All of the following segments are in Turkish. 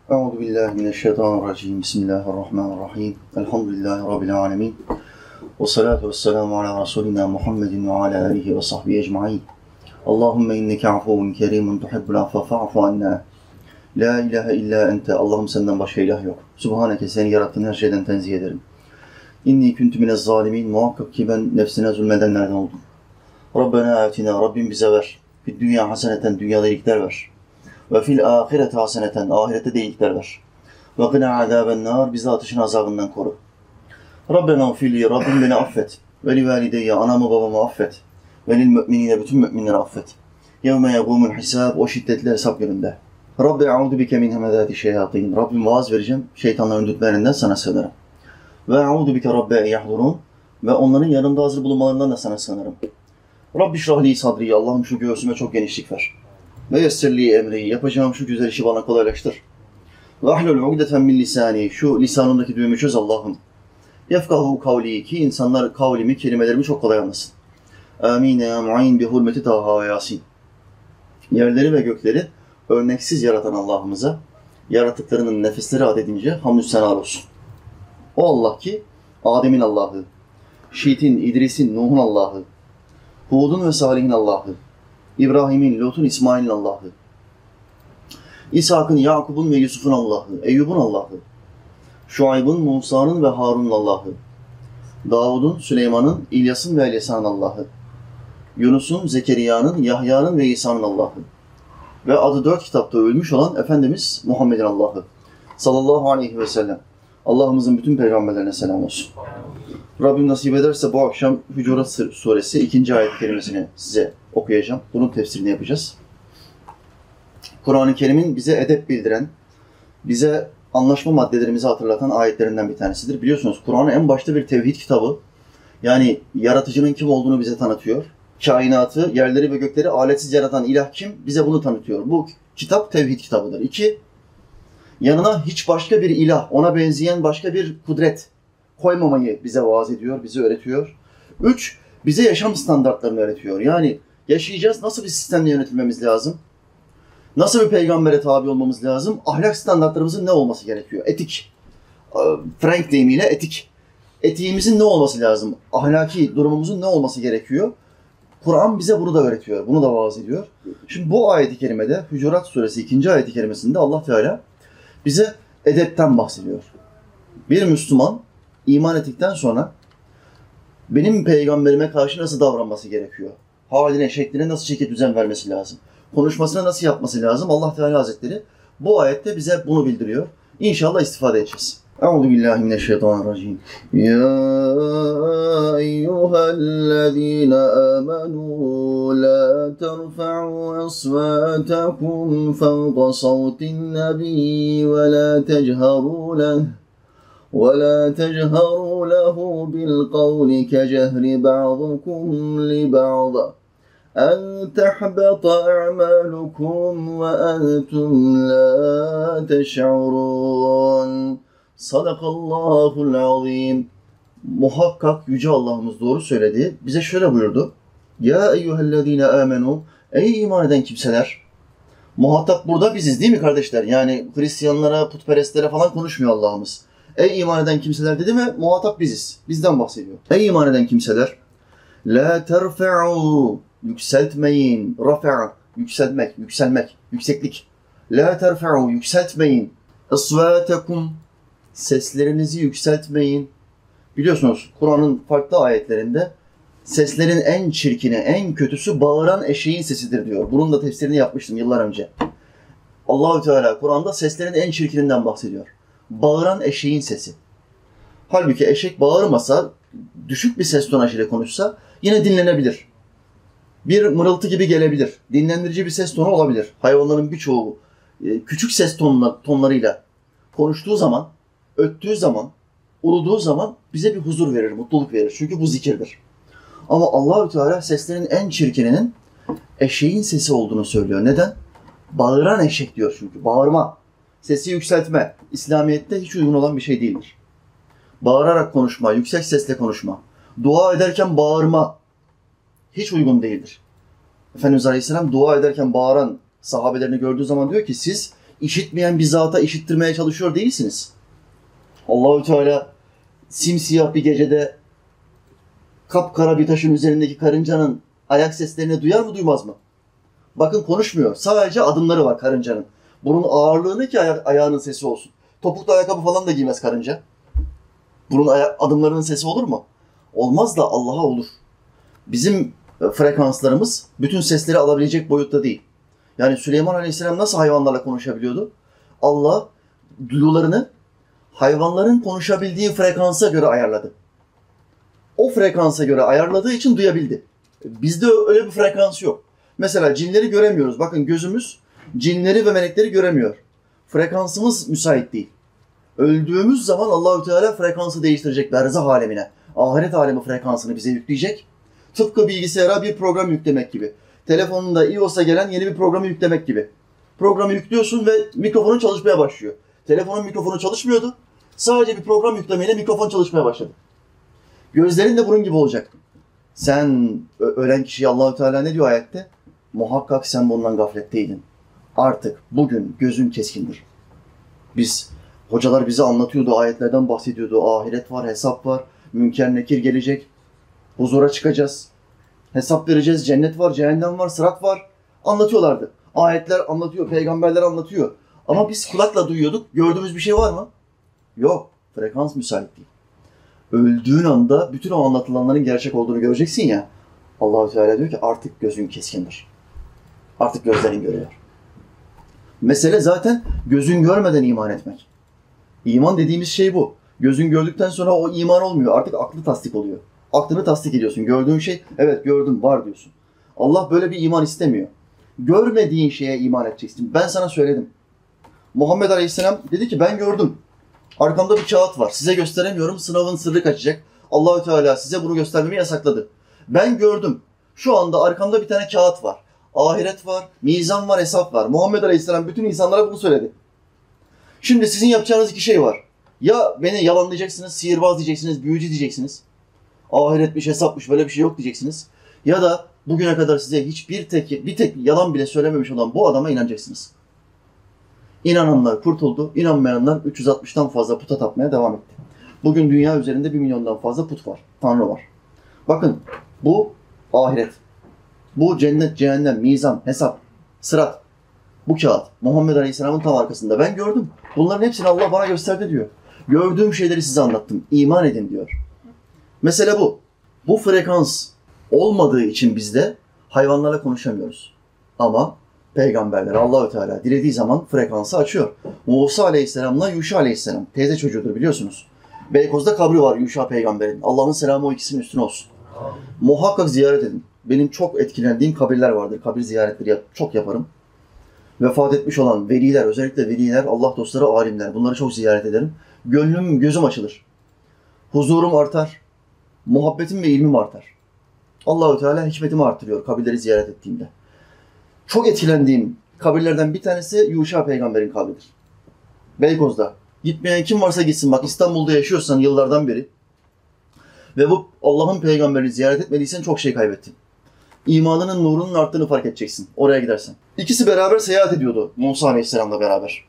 Euzu billahi mineşşeytanirracim. Bismillahirrahmanirrahim. Elhamdülillahi rabbil alamin. Ve salatu vesselamu ala rasulina Muhammedin ve ala alihi ve sahbihi ecmaîn. Allahumme inneke afuvun kerimun tuhibbul affe fa'fu anna. La ilahe illa ente. Allah'ım senden başka ilah yok. Subhaneke, seni yarattığın her şeyden tenzih ederim. İnni kuntu minez zalimin. Muhakkak ki ben nefsine zulmedenlerden oldum. Rabbena atina. Rabbim bize ver. Fid dünya haseneten, dünyada iyilikler ver. Ve fil ahirete haseneten, ahirette de iyilikler ver. Ve gına azaben nar, bizi ateşin azabından koru. Rabbena ufili, Rabbim beni affet. Ve li valideyye, anamı babamı affet. Ve lil müminine, bütün müminleri affet. Yevme yegûmul hisab, o şiddetli hesap gününde. Rabbi e'udu bike min hemezâti şeyatîn. Rabbim vaaz vereceğim, şeytanların dütmelerinden sana sığınırım. Ve e'udu bike Rabbi en yahdurun. Ve onların yanımda hazır bulunmalarından da sana sığınırım. Rabbi şrahli sadri, Allah'ım şu göğsüme çok genişlik ver. Ve yessirli emri, yapacağım şu güzel işi bana kolaylaştır. Ve ahlul ugdeten min lisani, şu lisanımdaki düğümü çöz Allah'ım. Yefkahu kavli, ki insanlar kavlimi, kelimelerimi çok kolay anlasın. Amin ya mu'in bi hurmeti Taha ve Yasin. Yerleri ve gökleri örneksiz yaratan Allah'ımıza, yaratıklarının nefesleri adedince hamdü senalar olsun. O Allah ki, Adem'in Allah'ı, Şiit'in, İdris'in, Nuh'un Allah'ı, Hud'un ve Salih'in Allah'ı, İbrahim'in, Lut'un, İsmail'in Allah'ı, İshak'ın, Yakub'un ve Yusuf'un Allah'ı, Eyyub'un Allah'ı, Şuayb'ın, Musa'nın ve Harun'un Allah'ı, Davud'un, Süleyman'ın, İlyas'ın ve Elyasa'nın Allah'ı, Yunus'un, Zekeriya'nın, Yahya'nın ve İsa'nın Allah'ı ve adı 4 kitapta ölmüş olan Efendimiz Muhammed'in Allah'ı sallallahu aleyhi ve sellem. Allah'ımızın bütün peygamberlerine selam olsun. Rabbim nasip ederse bu akşam Hucurat Suresi 2. ayet-i kerimesini size okuyacağım. Bunun tefsirini yapacağız. Kur'an-ı Kerim'in bize edep bildiren, bize anlaşma maddelerimizi hatırlatan ayetlerinden bir tanesidir. Biliyorsunuz Kur'an en başta bir tevhid kitabı. Yani yaratıcının kim olduğunu bize tanıtıyor. Kainatı, yerleri ve gökleri aletsiz yaratan ilah kim? Bize bunu tanıtıyor. Bu kitap tevhid kitabıdır. 2. Yanına hiç başka bir ilah, ona benzeyen başka bir kudret koymamayı bize vaaz ediyor, bize öğretiyor. 3. Bize yaşam standartlarını öğretiyor. Yani yaşayacağız, nasıl bir sistemle yönetilmemiz lazım? Nasıl bir peygambere tabi olmamız lazım? Ahlak standartlarımızın ne olması gerekiyor? Etik. Frank deyimiyle etik. Etiğimizin ne olması lazım? Ahlaki durumumuzun ne olması gerekiyor? Kur'an bize bunu da öğretiyor, bunu da vaaz ediyor. Şimdi bu ayet-i kerimede, Hucurat Suresi 2. ayet-i kerimesinde Allah Teala bize edepten bahsediyor. Bir Müslüman iman ettikten sonra benim peygamberime karşı nasıl davranması gerekiyor? Haline, şekline nasıl şekil düzen vermesi lazım? Konuşmasına nasıl yapması lazım? Allah Teala Hazretleri bu ayette bize bunu bildiriyor. İnşallah istifade edeceğiz. Euzubillahimineşşeytanirracim. Ya eyyühellezîne âmenû la terfa'u asvâtekum fevqa savtin nebiyyi ve la tejherû leh. وَلَا تَجْهَرُوا لَهُ بِالْقَوْلِ كَجَهْرِ بَعْضِكُمْ لِبَعْضٍ أَنْ تَحْبَطَ أَعْمَالُكُمْ وَأَنْتُمْ لَا تَشْعُرُونَ Sadakallahul azim. Muhakkak Yüce Allah'ımız doğru söyledi. Bize şöyle buyurdu. Ya eyyühellezine amenu. Ey iman eden kimseler. Muhatap burada biziz değil mi kardeşler? Yani Hristiyanlara, putperestlere falan konuşmuyor Allah'ımız. Ey iman eden kimseler dedi mi? Muhatap biziz. Bizden bahsediyor. Ey iman eden kimseler. La terfe'u. Yükseltmeyin. Rafa'a. Yükselmek, yükselmek, yükseklik. La terfe'u. Yükseltmeyin. Isvâtekum. Seslerinizi yükseltmeyin. Biliyorsunuz Kur'an'ın farklı ayetlerinde seslerin en çirkini, en kötüsü bağıran eşeğin sesidir diyor. Bunun da tefsirini yapmıştım yıllar önce. Allah-u Teala Kur'an'da seslerin en çirkininden bahsediyor. Bağıran eşeğin sesi. Halbuki eşek bağırmasa, düşük bir ses tonajıyla konuşsa yine dinlenebilir. Bir mırıltı gibi gelebilir. Dinlendirici bir ses tonu olabilir. Hayvanların birçoğu küçük ses tonlarıyla konuştuğu zaman, öttüğü zaman, uluduğu zaman bize bir huzur verir, mutluluk verir. Çünkü bu zikirdir. Ama Allah-u Teala seslerin en çirkininin eşeğin sesi olduğunu söylüyor. Neden? Bağıran eşek diyor çünkü. Bağırma, sesi yükseltme, İslamiyet'te hiç uygun olan bir şey değildir. Bağırarak konuşma, yüksek sesle konuşma, dua ederken bağırma hiç uygun değildir. Efendimiz Aleyhisselam dua ederken bağıran sahabelerini gördüğü zaman diyor ki siz işitmeyen bir zata işittirmeye çalışıyor değilsiniz. Allahü Teala simsiyah bir gecede kapkara bir taşın üzerindeki karıncanın ayak seslerini duyar mı duymaz mı? Bakın konuşmuyor. Sadece adımları var karıncanın. Bunun ağırlığını ki ayağının sesi olsun. Topuklu ayakkabı falan da giymez karınca. Bunun adımlarının sesi olur mu? Olmaz da Allah'a olur. Bizim frekanslarımız bütün sesleri alabilecek boyutta değil. Yani Süleyman Aleyhisselam nasıl hayvanlarla konuşabiliyordu? Allah duyularını hayvanların konuşabildiği frekansa göre ayarladı. O frekansa göre ayarladığı için duyabildi. Bizde öyle bir frekans yok. Mesela cinleri göremiyoruz. Bakın gözümüz cinleri ve melekleri göremiyor. Frekansımız müsait değil. Öldüğümüz zaman Allahü Teala frekansı değiştirecek berzah alemine. Ahiret alemi frekansını bize yükleyecek. Tıpkı bilgisayara bir program yüklemek gibi. Telefonunda iOS'a gelen yeni bir programı yüklemek gibi. Programı yüklüyorsun ve mikrofonun çalışmaya başlıyor. Telefonun mikrofonu çalışmıyordu. Sadece bir program yüklemeyle mikrofon çalışmaya başladı. Gözlerin de bunun gibi olacak. Sen ölen kişiye Allahü Teala ne diyor ayette? Muhakkak sen bundan gafletteydin. Artık bugün gözün keskindir. Hocalar bize anlatıyordu, ayetlerden bahsediyordu. Ahiret var, hesap var, münker nekir gelecek. Huzura çıkacağız. Hesap vereceğiz, cennet var, cehennem var, sırat var. Anlatıyorlardı. Ayetler anlatıyor, peygamberler anlatıyor. Ama biz kulakla duyuyorduk. Gördüğümüz bir şey var mı? Yok. Frekans müsait değil. Öldüğün anda bütün o anlatılanların gerçek olduğunu göreceksin ya. Allah-u Teala diyor ki artık gözün keskindir. Artık gözlerin görüyor. Mesele zaten gözün görmeden iman etmek. İman dediğimiz şey bu. Gözün gördükten sonra o iman olmuyor. Artık aklı tasdik oluyor. Aklını tasdik ediyorsun. Gördüğün şey, evet gördüm, var diyorsun. Allah böyle bir iman istemiyor. Görmediğin şeye iman edeceksin. Ben sana söyledim. Muhammed Aleyhisselam dedi ki ben gördüm. Arkamda bir kağıt var. Size gösteremiyorum. Sınavın sırrı kaçacak. Allahü Teala size bunu göstermemi yasakladı. Ben gördüm. Şu anda arkamda bir tane kağıt var. Ahiret var, mizan var, hesap var. Muhammed Aleyhisselam bütün insanlara bunu söyledi. Şimdi sizin yapacağınız iki şey var. Ya beni yalanlayacaksınız, sihirbaz diyeceksiniz, büyücü diyeceksiniz. Ahiretmiş, hesapmış, böyle bir şey yok diyeceksiniz. Ya da bugüne kadar size bir tek yalan bile söylememiş olan bu adama inanacaksınız. İnananlar kurtuldu, inanmayanlar 360'tan fazla puta tapmaya devam etti. Bugün dünya üzerinde 1 milyondan fazla put var, tanrı var. Bakın bu ahiret. Bu cennet, cehennem, mizan, hesap, sırat. Bu kağıt Muhammed Aleyhisselam'ın tam arkasında. Ben gördüm. Bunların hepsini Allah bana gösterdi diyor. Gördüğüm şeyleri size anlattım. İman edin diyor. Mesele bu. Bu frekans olmadığı için bizde hayvanlarla konuşamıyoruz. Ama peygamberler Allahü Teala dilediği zaman frekansı açıyor. Musa Aleyhisselam'la Yuşa Aleyhisselam teyze çocuğudur biliyorsunuz. Beykoz'da kabri var Yuşa peygamberin. Allah'ın selamı o ikisinin üstüne olsun. Muhakkak ziyaret edin. Benim çok etkilendiğim kabirler vardır. Kabir ziyaretleri çok yaparım. Vefat etmiş olan veliler, özellikle veliler, Allah dostları, alimler. Bunları çok ziyaret ederim. Gözüm açılır. Huzurum artar. Muhabbetim ve ilmim artar. Allah-u Teala hikmetimi artırıyor kabirleri ziyaret ettiğimde. Çok etkilendiğim kabirlerden bir tanesi Yuşa peygamberin kabridir. Beykoz'da. Gitmeyen kim varsa gitsin. Bak İstanbul'da yaşıyorsan yıllardan beri ve bu Allah'ın peygamberini ziyaret etmediysen çok şey kaybettin. İmanının nurunun arttığını fark edeceksin oraya gidersen. İkisi beraber seyahat ediyordu Musa Aleyhisselam'la beraber.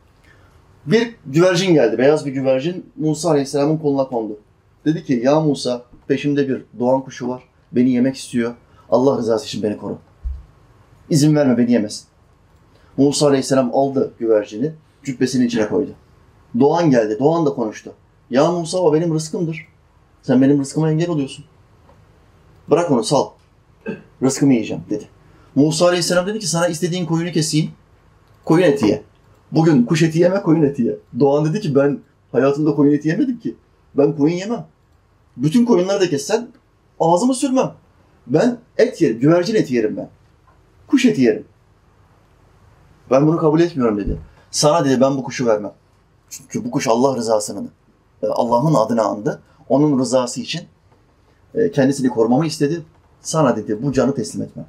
Bir güvercin geldi, beyaz bir güvercin Musa Aleyhisselam'ın koluna kondu. Dedi ki ya Musa peşimde bir doğan kuşu var, beni yemek istiyor. Allah rızası için beni koru. İzin verme beni yemesin. Musa Aleyhisselam aldı güvercini, cübbesinin içine koydu. Doğan geldi, Doğan da konuştu. Ya Musa o benim rızkımdır. Sen benim rızkıma engel oluyorsun. Bırak onu sal. Rızkımı yiyeceğim dedi. Musa Aleyhisselam dedi ki sana istediğin koyunu keseyim. Koyun eti ye. Bugün kuş eti yeme, koyun eti ye. Doğan dedi ki ben hayatımda koyun eti yemedim ki. Ben koyun yemem. Bütün koyunları da kessen ağzımı sürmem. Ben et yerim, güvercin eti yerim ben. Kuş eti yerim. Ben bunu kabul etmiyorum dedi. Sana dedi ben bu kuşu vermem. Çünkü bu kuş Allah rızasını, Allah'ın adını andı. Onun rızası için kendisini korumamı istedi. Sana dedi bu canı teslim etmem.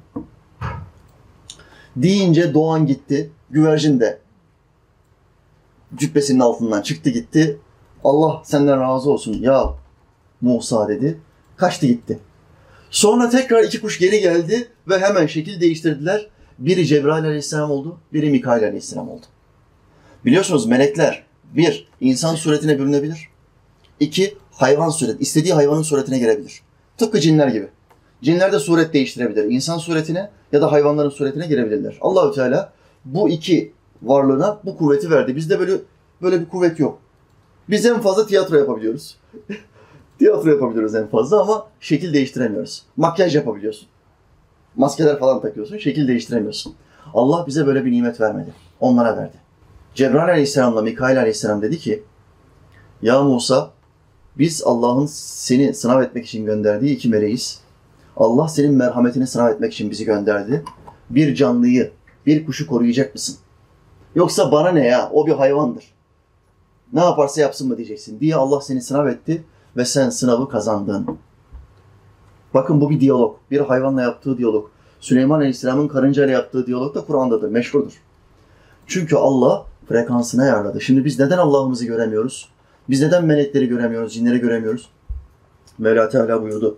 Deyince Doğan gitti. Güvercin de cübbesinin altından çıktı gitti. Allah senden razı olsun ya Musa dedi. Kaçtı gitti. Sonra tekrar iki kuş geri geldi ve hemen şekil değiştirdiler. Biri Cebrail Aleyhisselam oldu, biri Mikail Aleyhisselam oldu. Biliyorsunuz melekler bir, insan suretine bürünebilir. İki, hayvan suret, istediği hayvanın suretine girebilir. Tıpkı cinler gibi. Cinler de suret değiştirebilir. İnsan suretine ya da hayvanların suretine girebilirler. Allahü Teala bu iki varlığına bu kuvveti verdi. Bizde böyle bir kuvvet yok. Biz en fazla tiyatro yapabiliyoruz. Tiyatro yapabiliyoruz en fazla ama şekil değiştiremiyoruz. Makyaj yapabiliyorsun. Maskeler falan takıyorsun, şekil değiştiremiyorsun. Allah bize böyle bir nimet vermedi. Onlara verdi. Cebrail Aleyhisselam'la Mikail Aleyhisselam dedi ki, ya Musa, biz Allah'ın seni sınav etmek için gönderdiği iki meleğiz. Allah senin merhametini sınav etmek için bizi gönderdi. Bir canlıyı, bir kuşu koruyacak mısın? Yoksa bana ne ya, o bir hayvandır. Ne yaparsa yapsın mı diyeceksin diye Allah seni sınav etti ve sen sınavı kazandın. Bakın bu bir diyalog, bir hayvanla yaptığı diyalog. Süleyman Aleyhisselam'ın karıncayla yaptığı diyalog da Kur'an'dadır, meşhurdur. Çünkü Allah frekansını ayarladı. Şimdi biz neden Allah'ımızı göremiyoruz? Biz neden melekleri göremiyoruz, cinleri göremiyoruz? Mevla Teala buyurdu.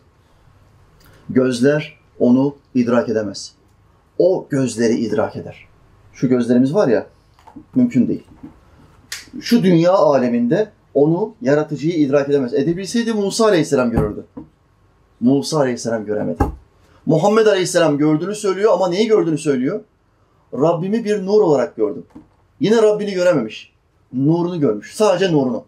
Gözler onu idrak edemez. O gözleri idrak eder. Şu gözlerimiz var ya, mümkün değil. Şu dünya aleminde onu, yaratıcıyı idrak edemez. Edebilseydi Musa Aleyhisselam görürdü. Musa Aleyhisselam göremedi. Muhammed Aleyhisselam gördüğünü söylüyor ama neyi gördüğünü söylüyor? Rabbimi bir nur olarak gördüm. Yine Rabbini görememiş. Nurunu görmüş. Sadece nurunu.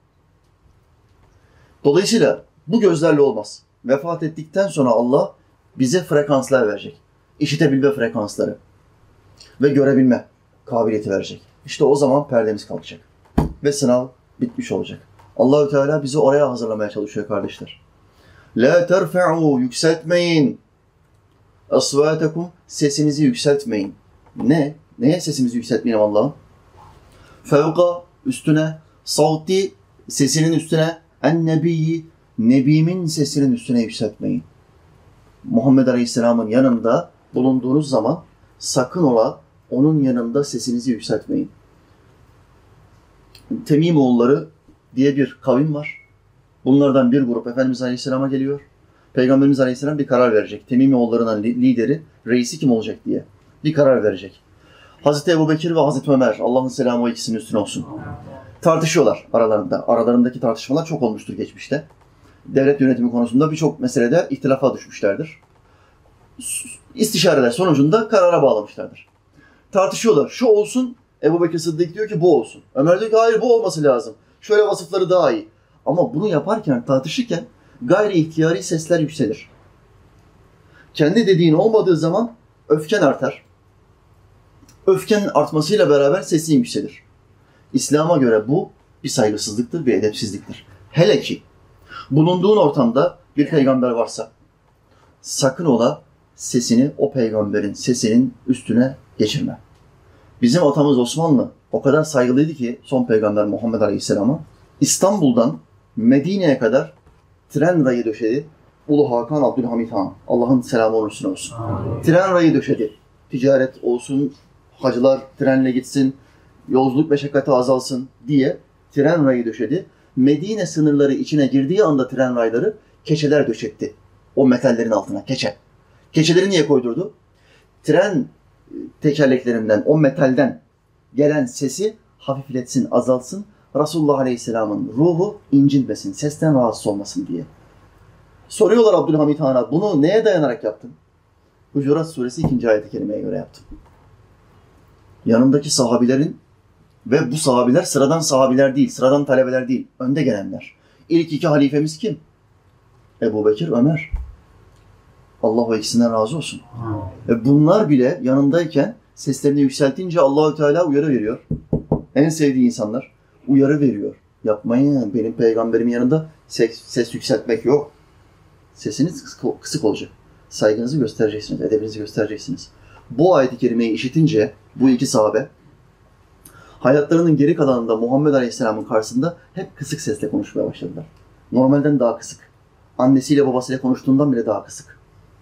Dolayısıyla bu gözlerle olmaz. Vefat ettikten sonra Allah bize frekanslar verecek. İşitebilme frekansları ve görebilme kabiliyeti verecek. İşte o zaman perdemiz kalkacak. Ve sınav bitmiş olacak. Allahü Teala bizi oraya hazırlamaya çalışıyor kardeşler. La terfe'u, yükseltmeyin. Asvâtekum, sesinizi yükseltmeyin. Ne? Neye sesimizi yükseltmeyelim Allah'ım? Fevka, üstüne, savti, sesinin üstüne, en-nebiyyi, Nebimin sesinin üstüne yükseltmeyin. Muhammed Aleyhisselam'ın yanında bulunduğunuz zaman sakın ola onun yanında sesinizi yükseltmeyin. Temimoğulları diye bir kavim var. Bunlardan bir grup Efendimiz Aleyhisselam'a geliyor. Peygamberimiz Aleyhisselam bir karar verecek. Temimoğullarının lideri, reisi kim olacak diye bir karar verecek. Hazreti Ebubekir ve Hazreti Ömer, Allah'ın selamı o ikisinin üstüne olsun. Tartışıyorlar aralarında. Aralarındaki tartışmalar çok olmuştur geçmişte. Devlet yönetimi konusunda birçok meselede ihtilafa düşmüşlerdir. İstişareler sonucunda karara bağlamışlardır. Tartışıyorlar. Şu olsun, Ebubekir Sıddık diyor ki bu olsun. Ömer diyor ki hayır bu olması lazım. Şöyle vasıfları daha iyi. Ama bunu yaparken, tartışırken gayri ihtiyari sesler yükselir. Kendi dediğin olmadığı zaman öfken artar. Öfkenin artmasıyla beraber sesin yükselir. İslam'a göre bu bir saygısızlıktır, bir edepsizliktir. Hele ki bulunduğun ortamda bir peygamber varsa sakın ola sesini o peygamberin sesinin üstüne geçirme. Bizim atamız Osmanlı o kadar saygılıydı ki son peygamber Muhammed Aleyhisselam'a İstanbul'dan Medine'ye kadar tren rayı döşedi. Ulu Hakan Abdülhamit Han. Allah'ın selamı onun üstüne olsun. Tren rayı döşedi. Ticaret olsun, hacılar trenle gitsin, yolculuk meşakkatı azalsın diye tren rayı döşedi. Medine sınırları içine girdiği anda tren rayları keçeler döşetti. O metallerin altına keçe. Keçeleri niye koydurdu? Tren tekerleklerinden, o metalden gelen sesi hafifletsin, azalsın. Resulullah Aleyhisselam'ın ruhu incinmesin, sesten rahatsız olmasın diye. Soruyorlar Abdülhamit Han'a, bunu neye dayanarak yaptın? Hucurat Suresi 2. ayet-i kerimeye göre yaptım. Yanındaki sahabilerin ve bu sahabiler sıradan sahabiler değil, sıradan talebeler değil, önde gelenler. İlk iki halifemiz kim? Ebubekir, Ömer. Allah o ikisinden razı olsun. Bunlar bile yanındayken seslerini yükseltince Allahü Teala uyarı veriyor. En sevdiği insanlar uyarı veriyor. Yapmayın, benim peygamberimin yanında ses yükseltmek yok. Sesiniz kısık olacak. Saygınızı göstereceksiniz, edebinizi göstereceksiniz. Bu ayet-i kerimeyi işitince bu iki sahabe hayatlarının geri kalanında Muhammed Aleyhisselam'ın karşısında hep kısık sesle konuşmaya başladılar. Normalden daha kısık. Annesiyle babasıyla konuştuğundan bile daha kısık.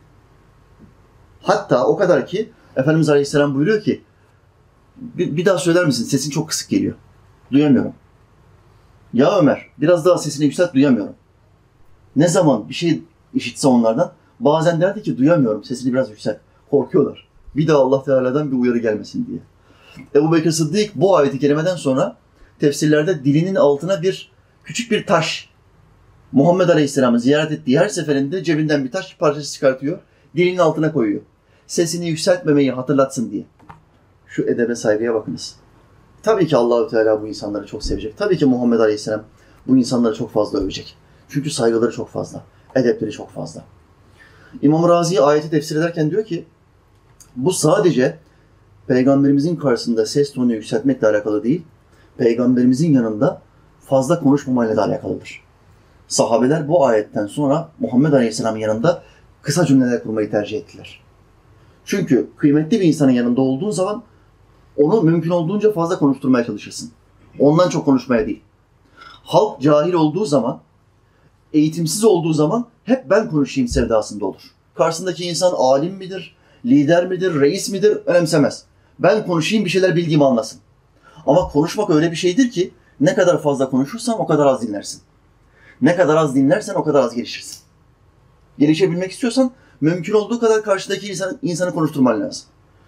Hatta o kadar ki Efendimiz Aleyhisselam buyuruyor ki bir daha söyler misin? Sesin çok kısık geliyor. Duyamıyorum. Ya Ömer biraz daha sesini yükselt, duyamıyorum. Ne zaman bir şey işitse onlardan bazen derdi ki duyamıyorum, sesini biraz yükselt. Korkuyorlar. Bir daha Allah Teala'dan bir uyarı gelmesin diye. Ebu Bekir Sıddık bu ayeti kerimeden sonra tefsirlerde dilinin altına küçük bir taş, Muhammed Aleyhisselam'ı ziyaret ettiği her seferinde cebinden bir taş parçası çıkartıyor, dilinin altına koyuyor. Sesini yükseltmemeyi hatırlatsın diye. Şu edebe, saygıya bakınız. Tabii ki Allahu Teala bu insanları çok sevecek. Tabii ki Muhammed Aleyhisselam bu insanları çok fazla övecek. Çünkü saygıları çok fazla, edepleri çok fazla. İmam Razi ayeti tefsir ederken diyor ki, bu sadece Peygamberimizin karşısında ses tonunu yükseltmekle alakalı değil, Peygamberimizin yanında fazla konuşmamayla da alakalıdır. Sahabeler bu ayetten sonra Muhammed Aleyhisselam'ın yanında kısa cümleler kurmayı tercih ettiler. Çünkü kıymetli bir insanın yanında olduğun zaman onu mümkün olduğunca fazla konuşturmaya çalışırsın. Ondan çok konuşmaya değil. Halk cahil olduğu zaman, eğitimsiz olduğu zaman hep ben konuşayım sevdasında olur. Karşısındaki insan alim midir, lider midir, reis midir önemsemez. Ben konuşayım, bir şeyler bildiğimi anlasın. Ama konuşmak öyle bir şeydir ki ne kadar fazla konuşursan o kadar az dinlersin. Ne kadar az dinlersen o kadar az gelişirsin. Gelişebilmek istiyorsan mümkün olduğu kadar karşıdaki insanı konuşturman lazım.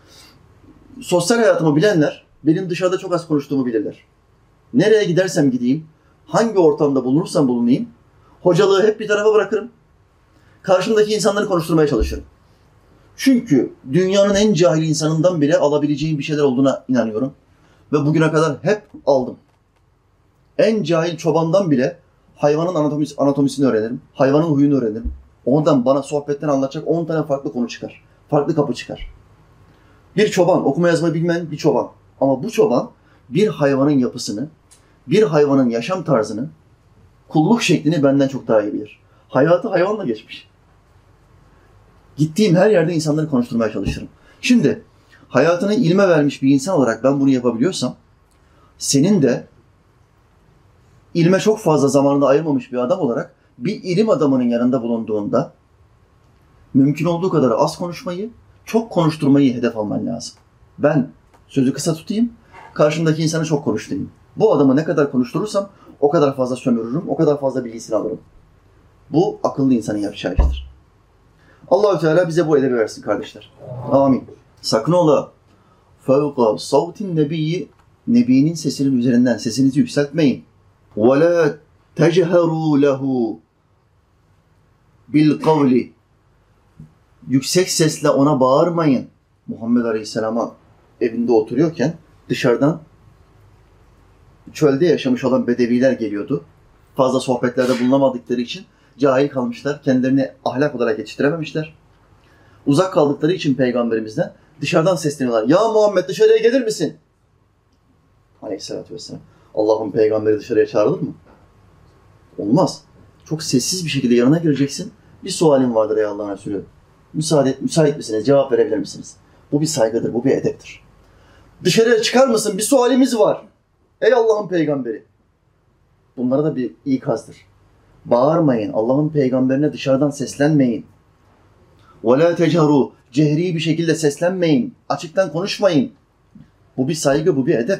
Sosyal hayatımı bilenler benim dışarıda çok az konuştuğumu bilirler. Nereye gidersem gideyim, hangi ortamda bulunursam bulunayım, hocalığı hep bir tarafa bırakırım. Karşımdaki insanları konuşturmaya çalışırım. Çünkü dünyanın en cahil insanından bile alabileceğim bir şeyler olduğuna inanıyorum. Ve bugüne kadar hep aldım. En cahil çobandan bile hayvanın anatomisini öğrenirim. Hayvanın huyunu öğrenirim. Ondan bana sohbetten anlatacak 10 tane farklı konu çıkar. Farklı kapı çıkar. Bir çoban, okuma yazma bilmeyen bir çoban. Ama bu çoban bir hayvanın yapısını, bir hayvanın yaşam tarzını, kulluk şeklini benden çok daha iyi bilir. Hayatı hayvanla geçmiş. Gittiğim her yerde insanları konuşturmaya çalışırım. Şimdi hayatını ilme vermiş bir insan olarak ben bunu yapabiliyorsam, senin de ilme çok fazla zamanını ayırmamış bir adam olarak bir ilim adamının yanında bulunduğunda mümkün olduğu kadar az konuşmayı, çok konuşturmayı hedef alman lazım. Ben sözü kısa tutayım, karşımdaki insanı çok konuşturayım. Bu adamı ne kadar konuşturursam o kadar fazla sömürürüm, o kadar fazla bilgisini alırım. Bu akıllı insanın yapacağı iştir. Allah-u Teala bize bu edebi versin kardeşler. Amin. Sakın ola fevka savtin nebiyyi, nebinin sesinin üzerinden sesinizi yükseltmeyin. Ve la teceheru lehu bil kavli, yüksek sesle ona bağırmayın. Muhammed Aleyhisselam'a evinde oturuyorken dışarıdan çölde yaşamış olan bedeviler geliyordu. Fazla sohbetlerde bulunamadıkları için cahil kalmışlar. Kendilerini ahlak olarak yetiştirememişler. Uzak kaldıkları için Peygamberimizden dışarıdan sesleniyorlar. Ya Muhammed, dışarıya gelir misin? Aleyhisselatü vesselam. Allah'ın peygamberi dışarıya çağrılır mı? Olmaz. Çok sessiz bir şekilde yanına gireceksin. Bir sualim vardır ey Allah'ın Resulü. Müsait misiniz? Cevap verebilir misiniz? Bu bir saygıdır, bu bir edeptir. Dışarıya çıkar mısın? Bir sualimiz var. Ey Allah'ın peygamberi. Bunlara da bir ikazdır. Bağırmayın. Allah'ın peygamberine dışarıdan seslenmeyin. وَلَا تَجْهَرُوا, cehri bir şekilde seslenmeyin. Açıktan konuşmayın. Bu bir saygı, bu bir edep.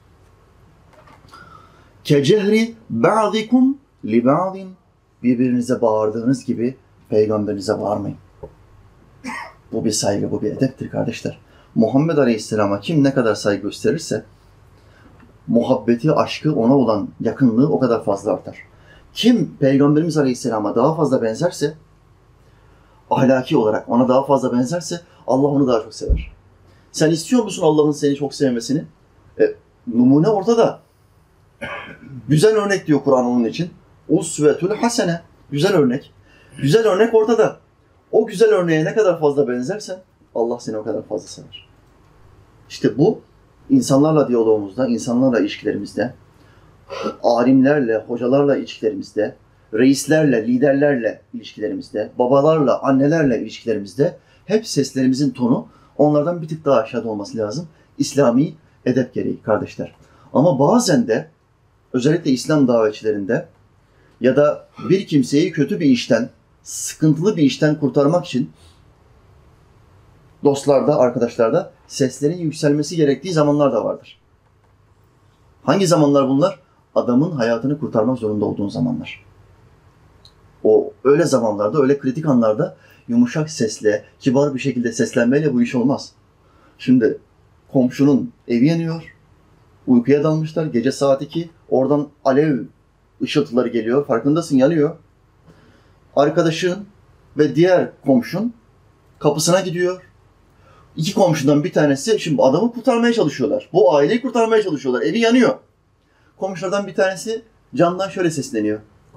كَجَهْرِ بَعْضِكُمْ لِبَعْضٍ, birbirinize bağırdığınız gibi peygamberinize bağırmayın. Bu bir saygı, bu bir edeptir kardeşler. Muhammed Aleyhisselam'a kim ne kadar saygı gösterirse, muhabbeti, aşkı, ona olan yakınlığı o kadar fazla artar. Kim Peygamberimiz Aleyhisselam'a daha fazla benzerse, ahlaki olarak ona daha fazla benzerse Allah onu daha çok sever. Sen istiyor musun Allah'ın seni çok sevmesini? Numune ortada. Güzel örnek diyor Kur'an onun için. Usvetül hasene. Güzel örnek. Güzel örnek ortada. O güzel örneğe ne kadar fazla benzersen Allah seni o kadar fazla sever. İşte bu insanlarla diyalogumuzda, insanlarla ilişkilerimizde, alimlerle, hocalarla ilişkilerimizde, reislerle, liderlerle ilişkilerimizde, babalarla, annelerle ilişkilerimizde hep seslerimizin tonu onlardan bir tık daha aşağıda olması lazım. İslami edep gereği kardeşler. Ama bazen de özellikle İslam davetçilerinde ya da bir kimseyi kötü bir işten, sıkıntılı bir işten kurtarmak için dostlarda, arkadaşlarda seslerin yükselmesi gerektiği zamanlar da vardır. Hangi zamanlar bunlar? Adamın hayatını kurtarmak zorunda olduğun zamanlar. O öyle zamanlarda, öyle kritik anlarda yumuşak sesle, kibar bir şekilde seslenmeyle bu iş olmaz. Şimdi komşunun evi yanıyor. Uykuya dalmışlar. Gece saat 2. Oradan alev ışıltıları geliyor. Farkındasın, yanıyor. Arkadaşın ve diğer komşun kapısına gidiyor. İki komşudan bir tanesi, şimdi adamı kurtarmaya çalışıyorlar. Bu aileyi kurtarmaya çalışıyorlar. Evi yanıyor. Komşulardan bir tanesi camdan şöyle sesleniyor.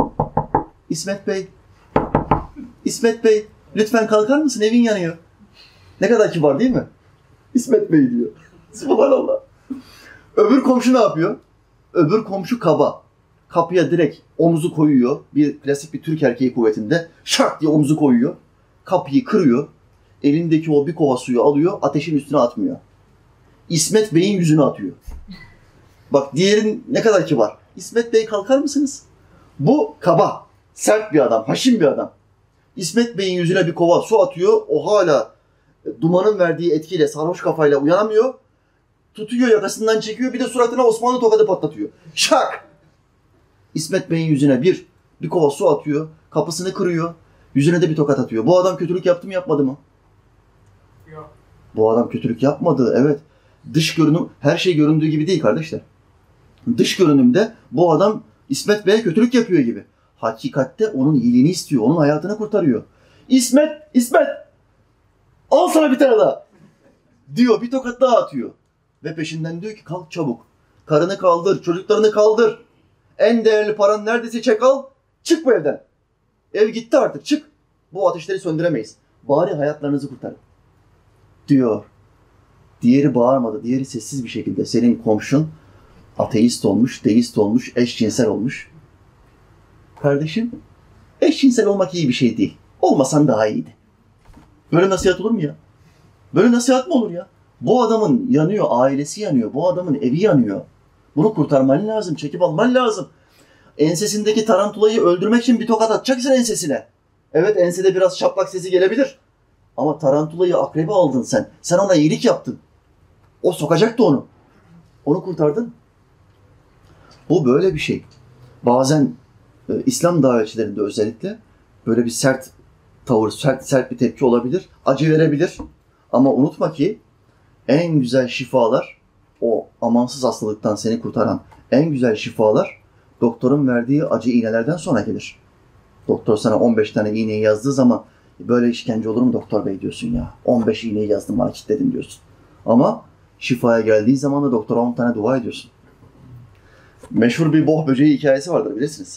İsmet Bey, İsmet Bey, lütfen kalkar mısın? Evin yanıyor. Ne kadar kibar değil mi? İsmet Bey diyor. Subhanallah. Öbür komşu ne yapıyor? Öbür komşu kaba. Kapıya direkt omuzu koyuyor. Bir klasik bir Türk erkeği kuvvetinde. Şak diye omuzu koyuyor. Kapıyı kırıyor. Elindeki o bir kova suyu alıyor. Ateşin üstüne atmıyor. İsmet Bey'in yüzüne atıyor. Bak diğerin ne kadar kibar. İsmet Bey kalkar mısınız? Bu kaba. Sert bir adam. Haşin bir adam. İsmet Bey'in yüzüne bir kova su atıyor. O hala dumanın verdiği etkiyle sarhoş kafayla uyanamıyor. Tutuyor, yakasından çekiyor. Bir de suratına Osmanlı tokadı patlatıyor. Şak! İsmet Bey'in yüzüne bir kova su atıyor. Kapısını kırıyor. Yüzüne de bir tokat atıyor. Bu adam kötülük yaptı mı, yapmadı mı? Yok. Bu adam kötülük yapmadı. Evet. Dış görünüm her şey göründüğü gibi değil kardeşler. Dış görünümde bu adam İsmet Bey'e kötülük yapıyor gibi. Hakikatte onun iyiliğini istiyor. Onun hayatını kurtarıyor. İsmet! İsmet! Al sana bir tane daha! Diyor. Bir tokat daha atıyor. Ve peşinden diyor ki kalk çabuk. Karını kaldır. Çocuklarını kaldır. En değerli paran neredeyse çek al. Çık bu evden. Ev gitti artık. Çık. Bu ateşleri söndüremeyiz. Bari hayatlarınızı kurtarın. Diyor. Diğeri bağırmadı. Diğeri sessiz bir şekilde. Senin komşun ateist olmuş, deist olmuş, eşcinsel olmuş. Kardeşim, eşcinsel olmak iyi bir şey değil. Olmasan daha iyiydi. Böyle nasihat olur mu ya? Böyle nasihat mı olur ya? Bu adamın yanıyor, ailesi yanıyor. Bu adamın evi yanıyor. Bunu kurtarman lazım, çekip alman lazım. Ensesindeki tarantulayı öldürmek için bir tokat atacaksın ensesine. Evet, ensede biraz şaplak sesi gelebilir. Ama tarantulayı, akrebi aldın sen. Sen ona iyilik yaptın. O sokacaktı onu. Onu kurtardın. Bu böyle bir şey. Bazen İslam davetçilerinde özellikle böyle bir sert tavır, sert bir tepki olabilir. Acı verebilir. Ama unutma ki en güzel şifalar, o amansız hastalıktan seni kurtaran en güzel şifalar doktorun verdiği acı iğnelerden sonra gelir. Doktor sana 15 tane iğneyi yazdığı zaman böyle işkence olur mu doktor bey diyorsun ya. 15 iğneyi yazdım bana kilitledin diyorsun. Ama şifaya geldiği zaman da doktora 10 tane dua ediyorsun. Meşhur bir boh böceği hikayesi vardır bilirsiniz.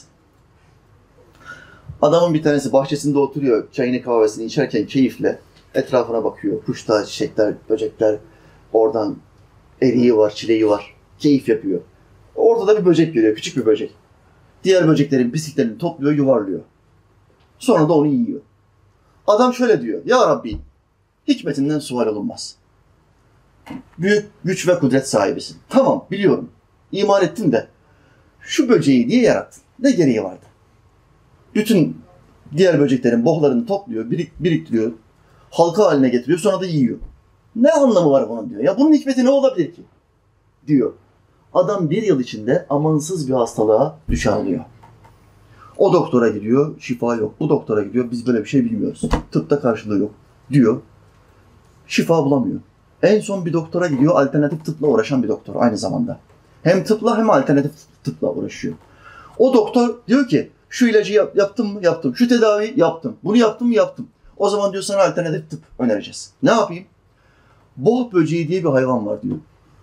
Adamın bir tanesi bahçesinde oturuyor, çayını kahvesini içerken keyifle etrafına bakıyor. Kuşlar, çiçekler, böcekler, oradan eriği var, çileği var. Keyif yapıyor. Ortada bir böcek görüyor, küçük bir böcek. Diğer böceklerin pisliklerini topluyor, yuvarlıyor. Sonra da onu yiyor. Adam şöyle diyor, ya Rabbi, hikmetinden sual olunmaz. Büyük güç ve kudret sahibisin. Tamam, biliyorum. İman ettim de, şu böceği diye yarattın. Ne gereği vardı? Bütün diğer böceklerin bohlarını topluyor, biriktiriyor, halka haline getiriyor, sonra da yiyor. Ne anlamı var bunun diyor. Ya bunun hikmeti ne olabilir ki? Diyor. Adam bir yıl içinde amansız bir hastalığa düşer oluyor. O doktora gidiyor, şifa yok. Bu doktora gidiyor, biz böyle bir şey bilmiyoruz. Tıpta karşılığı yok diyor. Şifa bulamıyor. En son bir doktora gidiyor, alternatif tıpla uğraşan bir doktor aynı zamanda. Hem tıpla hem alternatif tıpla uğraşıyor. O doktor diyor ki, şu ilacı yaptım mı? Yaptım. Şu tedaviyi yaptım. Bunu yaptım mı? Yaptım. O zaman diyor sana alternatif tıp önereceğiz. Ne yapayım? Boh böceği diye bir hayvan var diyor.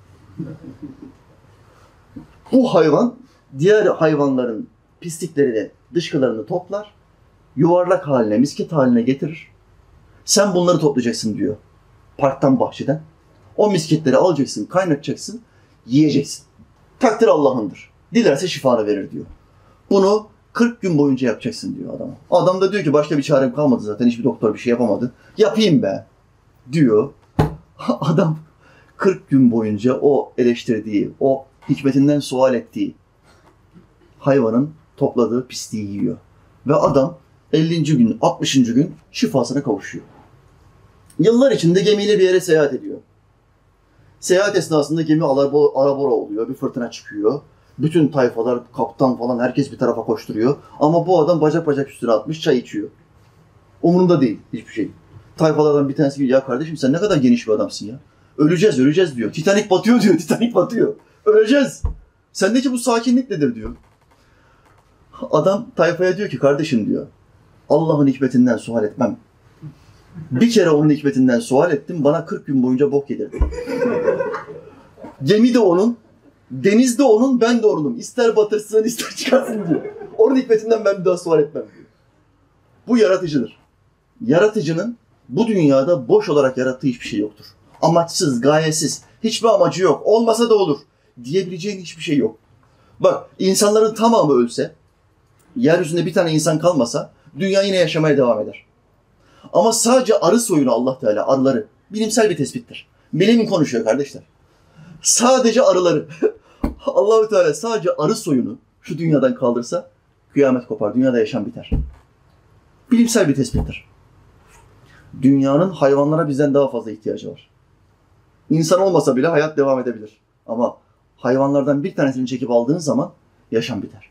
Bu hayvan diğer hayvanların pisliklerini, dışkılarını toplar, yuvarlak haline, misket haline getirir. Sen bunları toplayacaksın diyor. Parktan, bahçeden. O misketleri alacaksın, kaynatacaksın, yiyeceksin. Takdir Allah'ındır. Dilerse şifanı verir diyor. Bunu 40 gün boyunca yapacaksın diyor adama. Adam da diyor ki başka bir çarem kalmadı zaten. Hiçbir doktor bir şey yapamadı. Yapayım be diyor. Adam 40 gün boyunca o eleştirdiği, o hikmetinden sual ettiği hayvanın topladığı pisliği yiyor. Ve adam 50. gün, 60. gün şifasına kavuşuyor. Yıllar içinde gemiyle bir yere seyahat ediyor. Seyahat esnasında gemi alabora oluyor, bir fırtına çıkıyor. Bütün tayfalar, kaptan falan herkes bir tarafa koşturuyor. Ama bu adam bacak bacak üstüne atmış, çay içiyor. Umurunda değil hiçbir şey. Tayfalardan bir tanesi diyor, ya kardeşim sen ne kadar geniş bir adamsın ya. Öleceğiz, öleceğiz diyor. Titanik batıyor diyor, Titanik batıyor. Öleceğiz. Sendeki bu sakinlik nedir diyor. Adam tayfaya diyor ki kardeşim diyor, Allah'ın hikmetinden sual etmem. Bir kere onun hikmetinden sual ettim, bana 40 gün boyunca bok yedirdi. Gemi de onun, deniz de onun, ben de onunum. İster batırsın, ister çıkarsın diyor. Onun hikmetinden ben bir daha sual etmem diyor. Bu yaratıcıdır. Yaratıcının bu dünyada boş olarak yarattığı hiçbir şey yoktur. Amaçsız, gayesiz, hiçbir amacı yok. Olmasa da olur diyebileceğin hiçbir şey yok. Bak, insanların tamamı ölse, yeryüzünde bir tane insan kalmasa, dünya yine yaşamaya devam eder. Ama sadece arı soyunu Allah Teala, arıları, bilimsel bir tespittir. Bilim konuşuyor kardeşler. Sadece arıları, Allah Teala sadece arı soyunu şu dünyadan kaldırsa, kıyamet kopar, dünyada yaşam biter. Bilimsel bir tespittir. Dünyanın hayvanlara bizden daha fazla ihtiyacı var. İnsan olmasa bile hayat devam edebilir. Ama hayvanlardan bir tanesini çekip aldığın zaman yaşam biter.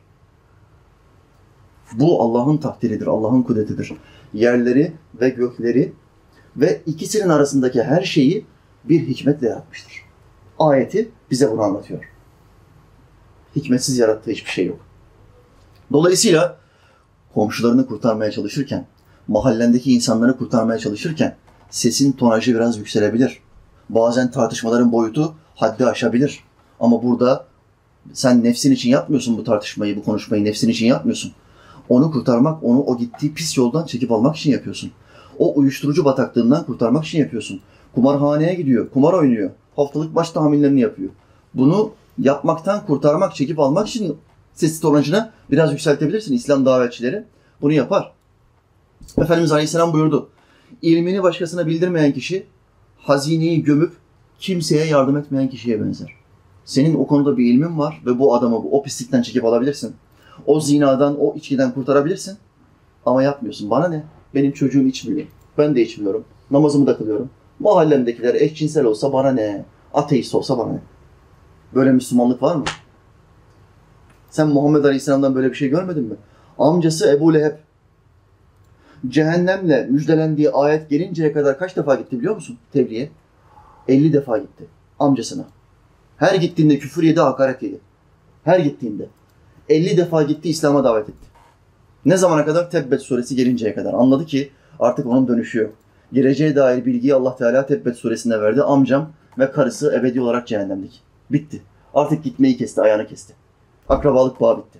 Bu Allah'ın takdiridir, Allah'ın kudretidir. Yerleri ve gökleri ve ikisinin arasındaki her şeyi bir hikmetle yaratmıştır. Ayeti bize bunu anlatıyor. Hikmetsiz yarattığı hiçbir şey yok. Dolayısıyla komşularını kurtarmaya çalışırken, mahallendeki insanları kurtarmaya çalışırken sesin tonajı biraz yükselebilir. Bazen tartışmaların boyutu haddi aşabilir. Ama burada sen nefsin için yapmıyorsun bu tartışmayı, bu konuşmayı nefsin için yapmıyorsun. Onu kurtarmak, onu o gittiği pis yoldan çekip almak için yapıyorsun. O uyuşturucu bataklığından kurtarmak için yapıyorsun. Kumarhaneye gidiyor, kumar oynuyor. Haftalık baş tahminlerini yapıyor. Bunu yapmaktan kurtarmak, çekip almak için ses tonajını biraz yükseltebilirsin. İslam davetçileri bunu yapar. Efendimiz Aleyhisselam buyurdu. İlmini başkasına bildirmeyen kişi, hazineyi gömüp kimseye yardım etmeyen kişiye benzer. Senin o konuda bir ilmin var ve bu adamı o pislikten çekip alabilirsin. O zinadan, o içkiden kurtarabilirsin. Ama yapmıyorsun. Bana ne? Benim çocuğum içmiyor. Ben de içmiyorum. Namazımı da kılıyorum. Mahallemdekiler eşcinsel olsa bana ne? Ateist olsa bana ne? Böyle Müslümanlık var mı? Sen Muhammed Aleyhisselam'dan böyle bir şey görmedin mi? Amcası Ebu Leheb cehennemle müjdelendiği ayet gelinceye kadar kaç defa gitti biliyor musun? Tebliğe. 50 defa gitti. Amcasına. Her gittiğinde küfür yedi, hakaret yedi. Her gittiğinde. 50 defa gitti, İslam'a davet etti. Ne zamana kadar? Tebbet suresi gelinceye kadar. Anladı ki artık onun dönüşü yok. Geleceğe dair bilgiyi Allah Teala Tebbet suresinde verdi. Amcam ve karısı ebedi olarak cehennemlik. Bitti. Artık gitmeyi kesti, ayağını kesti. Akrabalık bağı bitti.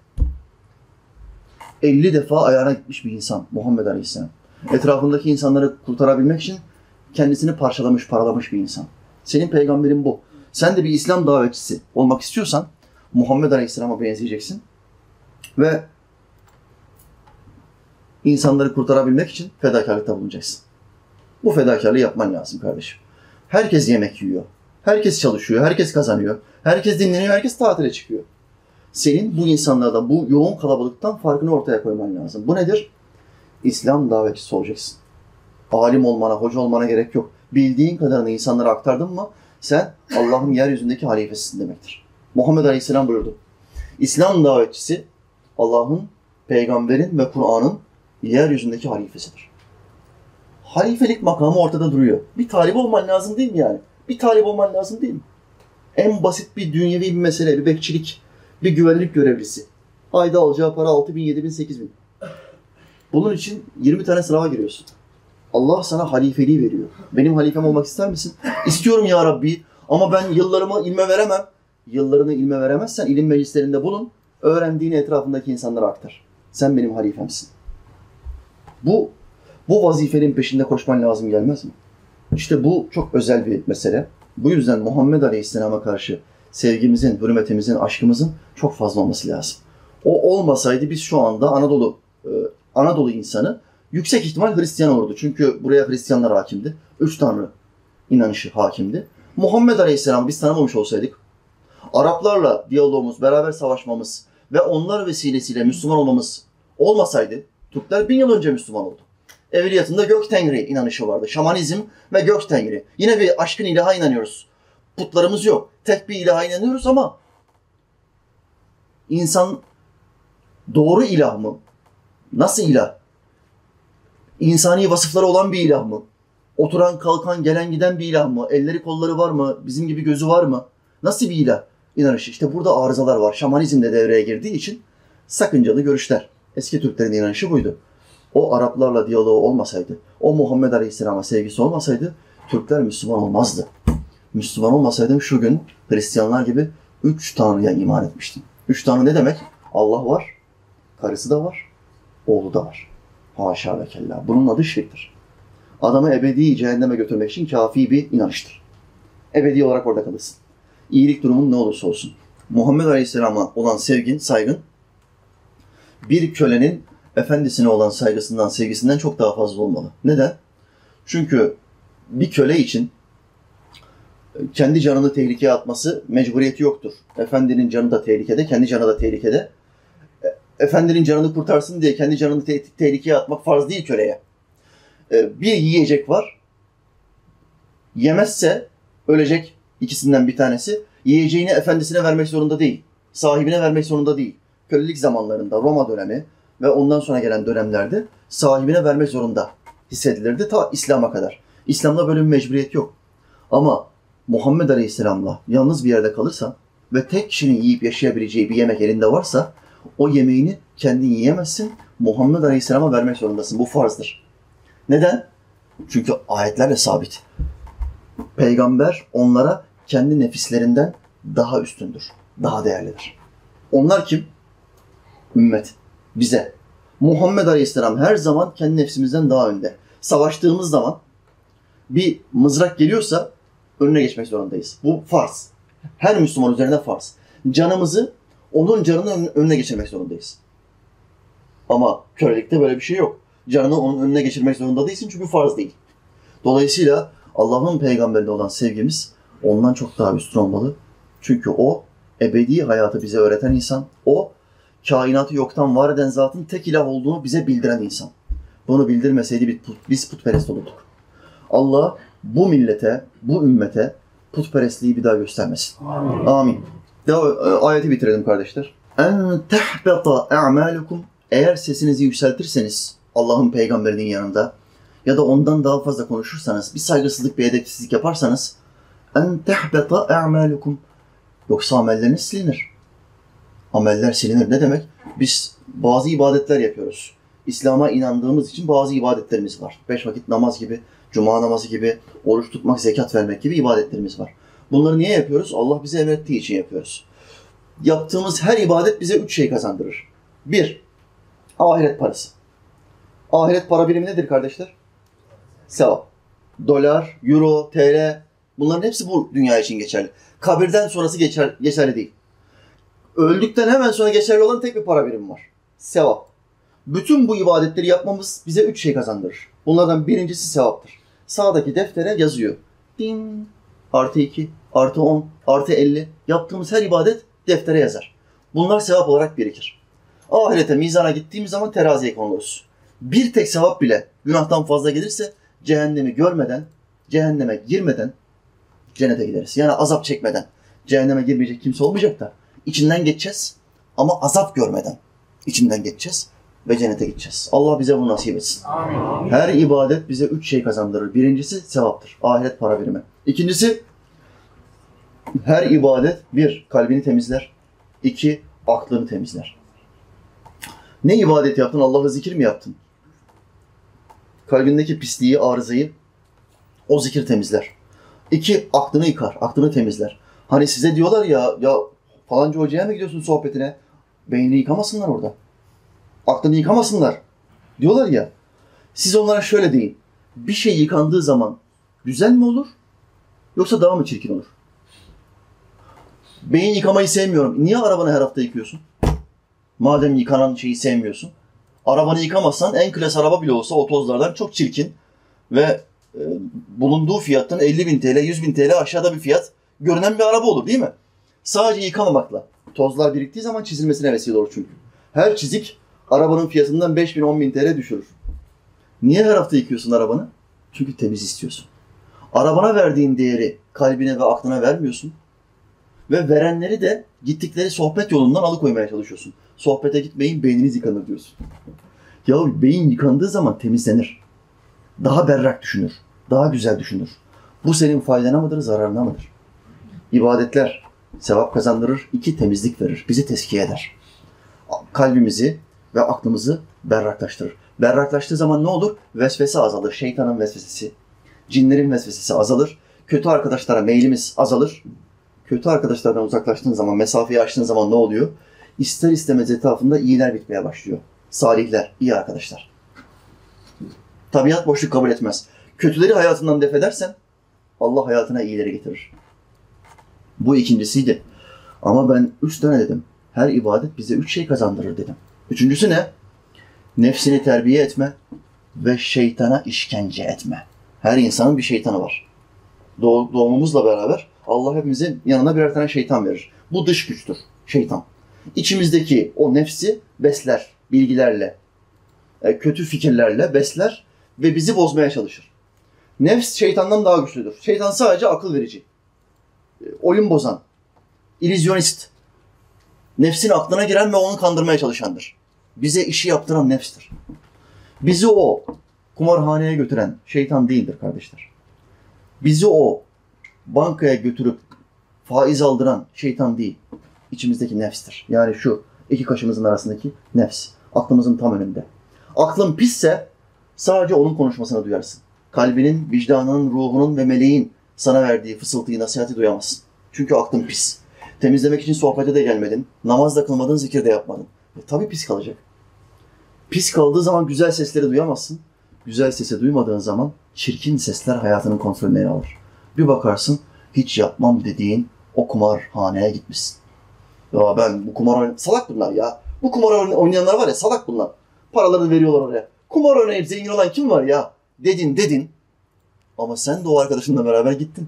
50 defa ayağına gitmiş bir insan Muhammed Aleyhisselam. Etrafındaki insanları kurtarabilmek için kendisini parçalamış, paralamış bir insan. Senin peygamberin bu. Sen de bir İslam davetçisi olmak istiyorsan Muhammed Aleyhisselam'a benzeyeceksin. Ve insanları kurtarabilmek için fedakarlıkta bulunacaksın. Bu fedakarlığı yapman lazım kardeşim. Herkes yemek yiyor. Herkes çalışıyor. Herkes kazanıyor. Herkes dinleniyor. Herkes tatile çıkıyor. Senin bu insanlardan, bu yoğun kalabalıktan farkını ortaya koyman lazım. Bu nedir? İslam davetçisi olacaksın. Alim olmana, hoca olmana gerek yok. Bildiğin kadarını insanlara aktardın mı sen Allah'ın yeryüzündeki halifesisin demektir. Muhammed Aleyhisselam buyurdu. İslam davetçisi Allah'ın, peygamberin ve Kur'an'ın yeryüzündeki halifesidir. Halifelik makamı ortada duruyor. Bir talip olman lazım değil mi yani? Bir talip olman lazım değil mi? En basit bir dünyevi bir mesele, bir bekçilik, bir güvenlik görevlisi. Ayda alacağı para 6.000, 7.000, 8.000. Bunun için 20 tane sınava giriyorsun. Allah sana halifeliği veriyor. Benim halifem olmak ister misin? İstiyorum ya Rabbi ama ben yıllarımı ilme veremem. Yıllarını ilme veremezsen ilim meclislerinde bulun. Öğrendiğini etrafındaki insanlara aktar. Sen benim halifemsin. Bu vazifenin peşinde koşman lazım gelmez mi? İşte bu çok özel bir mesele. Bu yüzden Muhammed Aleyhisselam'a karşı sevgimizin, hürmetimizin, aşkımızın çok fazla olması lazım. O olmasaydı biz şu anda Anadolu insanı yüksek ihtimal Hristiyan olurdu. Çünkü buraya Hristiyanlar hakimdi. 3 Tanrı inanışı hakimdi. Muhammed Aleyhisselam'ı biz tanımamış olsaydık, Araplarla diyalogumuz, beraber savaşmamız ve onlar vesilesiyle Müslüman olmamız olmasaydı, Türkler 1000 yıl önce Müslüman oldu. Evliyatında gök tengri inanışı vardı. Şamanizm ve gök tengri. Yine bir aşkın ilaha inanıyoruz. Putlarımız yok. Tek bir ilaha inanıyoruz ama insan doğru ilah mı? Nasıl ilah? İnsani vasıfları olan bir ilah mı? Oturan, kalkan, gelen giden bir ilah mı? Elleri kolları var mı? Bizim gibi gözü var mı? Nasıl bir ilah inanışı? İşte burada arızalar var. Şamanizm de devreye girdiği için sakıncalı görüşler. Eski Türklerin inanışı buydu. O Araplarla diyaloğu olmasaydı, o Muhammed Aleyhisselam'a sevgisi olmasaydı Türkler Müslüman olmazdı. Müslüman olmasaydım şu gün Hristiyanlar gibi 3 Tanrı'ya iman etmiştim. 3 Tanrı ne demek? Allah var, karısı da var, oğlu da var. Haşa ve kella. Bunun adı şirktir. Adamı ebedi cehenneme götürmek için kafi bir inanıştır. Ebedi olarak orada kalırsın. İyilik durumun ne olursa olsun. Muhammed Aleyhisselam'a olan sevgin, saygın, bir kölenin efendisine olan saygısından, sevgisinden çok daha fazla olmalı. Neden? Çünkü bir köle için kendi canını tehlikeye atması mecburiyeti yoktur. Efendinin canı da tehlikede, kendi canı da tehlikede. Efendinin canını kurtarsın diye kendi canını tehlikeye atmak farz değil köleye. Bir yiyecek var. Yemezse ölecek ikisinden bir tanesi. Yiyeceğini efendisine vermek zorunda değil. Sahibine vermek zorunda değil. Kölelik zamanlarında Roma dönemi ve ondan sonra gelen dönemlerde sahibine vermek zorunda hissedilirdi ta İslam'a kadar. İslam'da böyle bir mecburiyet yok. Ama Muhammed Aleyhisselam'la yalnız bir yerde kalırsan ve tek kişinin yiyip yaşayabileceği bir yemek elinde varsa o yemeğini kendin yiyemezsin. Muhammed Aleyhisselam'a vermek zorundasın. Bu farzdır. Neden? Çünkü ayetlerle sabit. Peygamber onlara kendi nefislerinden daha üstündür. Daha değerlidir. Onlar kim? Ümmet. Bize. Muhammed Aleyhisselam her zaman kendi nefsimizden daha önde. Savaştığımız zaman bir mızrak geliyorsa önüne geçmek zorundayız. Bu farz. Her Müslüman üzerine farz. Canımızı onun canının önüne geçirmek zorundayız. Ama kölelikte böyle bir şey yok. Canını onun önüne geçirmek zorunda değilsin çünkü farz değil. Dolayısıyla Allah'ın peygamberine olan sevgimiz ondan çok daha üstün olmalı. Çünkü o ebedi hayatı bize öğreten insan. O kainatı yoktan var eden zatın tek ilah olduğunu bize bildiren insan. Bunu bildirmeseydi biz putperest olurduk. Allah bu millete, bu ümmete putperestliği bir daha göstermesin. Amin. Amin. Ayeti bitirelim kardeşler. En tehbeta a'malukum. Eğer sesinizi yükseltirseniz Allah'ın peygamberinin yanında ya da ondan daha fazla konuşursanız, bir saygısızlık, bir edepsizlik yaparsanız en tehbeta a'malukum. Yoksa amelleriniz silinir. Ameller silinir. Ne demek? Biz bazı ibadetler yapıyoruz. İslam'a inandığımız için bazı ibadetlerimiz var. 5 vakit namaz gibi, cuma namazı gibi, oruç tutmak, zekat vermek gibi ibadetlerimiz var. Bunları niye yapıyoruz? Allah bize emrettiği için yapıyoruz. Yaptığımız her ibadet bize 3 şey kazandırır. 1. Ahiret parası. Ahiret para birimi nedir kardeşler? Sevap. Dolar, euro, TL, bunların hepsi bu dünya için geçerli. Kabirden sonrası geçerli değil. Öldükten hemen sonra geçerli olan tek bir para birimi var. Sevap. Bütün bu ibadetleri yapmamız bize 3 şey kazandırır. Bunlardan birincisi sevaptır. Sağdaki deftere yazıyor. Ding, artı 2, artı 10, artı 50. Yaptığımız her ibadet deftere yazar. Bunlar sevap olarak birikir. Ahirete, mizana gittiğimiz zaman teraziye konuluruz. Bir tek sevap bile günahtan fazla gelirse cehennemi görmeden, cehenneme girmeden cennete gideriz. Yani azap çekmeden. Cehenneme girmeyecek kimse olmayacak da içinden geçeceğiz ama azap görmeden içinden geçeceğiz ve cennete gideceğiz. Allah bize bunu nasip etsin. Amin. Her ibadet bize 3 şey kazandırır. Birincisi sevaptır. Ahiret para birimi. İkincisi her ibadet 1. Kalbini temizler. 2. Aklını temizler. Ne ibadet yaptın? Allah'ı zikir mi yaptın? Kalbindeki pisliği, arızayı o zikir temizler. 2. Aklını yıkar, aklını temizler. Hani size diyorlar ya falanca hocaya mı gidiyorsun sohbetine? Beynini yıkamasınlar orada. Aklını yıkamasınlar. Diyorlar ya. Siz onlara şöyle deyin. Bir şey yıkandığı zaman güzel mi olur? Yoksa daha mı çirkin olur? Beyin yıkamayı sevmiyorum. Niye arabanı her hafta yıkıyorsun? Madem yıkanan şeyi sevmiyorsun. Arabanı yıkamazsan en klas araba bile olsa o tozlardan çok çirkin ve bulunduğu fiyattan 50.000 TL, 100.000 TL aşağıda bir fiyat görünen bir araba olur değil mi? Sadece yıkamamakla. Tozlar biriktiği zaman çizilmesine vesile olur çünkü. Her çizik arabanın fiyatından 5.000, 10.000 TL düşürür. Niye her hafta yıkıyorsun arabanı? Çünkü temiz istiyorsun. Arabana verdiğin değeri kalbine ve aklına vermiyorsun. Ve verenleri de gittikleri sohbet yolundan alıkoymaya çalışıyorsun. Sohbete gitmeyin, beyniniz yıkanır diyorsun. Ya beyin yıkandığı zaman temizlenir. Daha berrak düşünür. Daha güzel düşünür. Bu senin faydana mıdır, zararına mıdır? İbadetler sevap kazandırır, 2 temizlik verir, bizi tezkiye eder. Kalbimizi ve aklımızı berraklaştırır. Berraklaştığı zaman ne olur? Vesvese azalır, şeytanın vesvesesi, cinlerin vesvesesi azalır. Kötü arkadaşlara meylimiz azalır. Kötü arkadaşlardan uzaklaştığın zaman, mesafeyi aştığın zaman ne oluyor? İster istemez etrafında iyiler bitmeye başlıyor. Salihler, iyi arkadaşlar. Tabiat boşluk kabul etmez. Kötüleri hayatından def edersen Allah hayatına iyileri getirir. Bu ikincisiydi. Ama ben 3 tane dedim. Her ibadet bize 3 şey kazandırır dedim. Üçüncüsü ne? Nefsini terbiye etme ve şeytana işkence etme. Her insanın bir şeytanı var. Doğumumuzla beraber Allah hepimizin yanına birer tane şeytan verir. Bu dış güçtür, şeytan. İçimizdeki o nefsi besler, bilgilerle, kötü fikirlerle besler ve bizi bozmaya çalışır. Nefs şeytandan daha güçlüdür. Şeytan sadece akıl verici, oyun bozan, illüzyonist, nefsin aklına giren ve onu kandırmaya çalışandır. Bize işi yaptıran nefstir. Bizi o kumarhaneye götüren şeytan değildir kardeşler. Bizi o bankaya götürüp faiz aldıran şeytan değil, içimizdeki nefstir. Yani şu 2 kaşımızın arasındaki nefs, aklımızın tam önünde. Aklın pisse sadece onun konuşmasını duyarsın. Kalbinin, vicdanının, ruhunun ve meleğin sana verdiği fısıltıyı, nasihati duyamazsın. Çünkü aklın pis. Temizlemek için sohbete de gelmedin, namaz da kılmadın, zikir de yapmadın. Tabii pis kalacak. Pis kaldığı zaman güzel sesleri duyamazsın. Güzel sesi duymadığın zaman çirkin sesler hayatının kontrolünü ele alır. Bir bakarsın hiç yapmam dediğin o kumarhaneye gitmişsin. Ya ben bu kumar salak bunlar ya. Bu kumar oynayanlar var ya, salak bunlar. Paralarını veriyorlar oraya. Kumar oynayıp zengin olan kim var ya? Dedin. Ama sen de o arkadaşınla beraber gittin.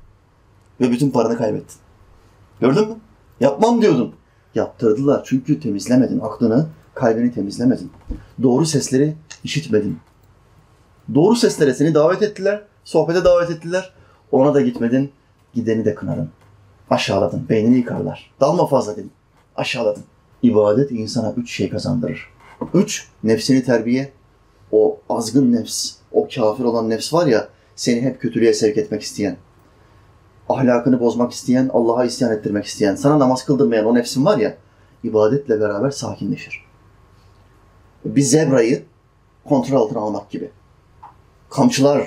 Ve bütün paranı kaybettin. Gördün mü? Yapmam diyordun. Yaptırdılar çünkü temizlemedin aklını, kalbini temizlemedin. Doğru sesleri işitmedin. Doğru seslere seni davet ettiler, sohbete davet ettiler. Ona da gitmedin, gideni de kınadın. Aşağıladın, beynini yıkarlar. Dalma fazla dedin, aşağıladın. İbadet insana 3 şey kazandırır. 3, nefsini terbiye. O azgın nefs, o kafir olan nefs var ya, seni hep kötülüğe sevk etmek isteyen, ahlakını bozmak isteyen, Allah'a isyan ettirmek isteyen, sana namaz kıldırmayan o nefsin var ya, ibadetle beraber sakinleşir. Bir zebrayı kontrol altına almak gibi. Kamçılarla,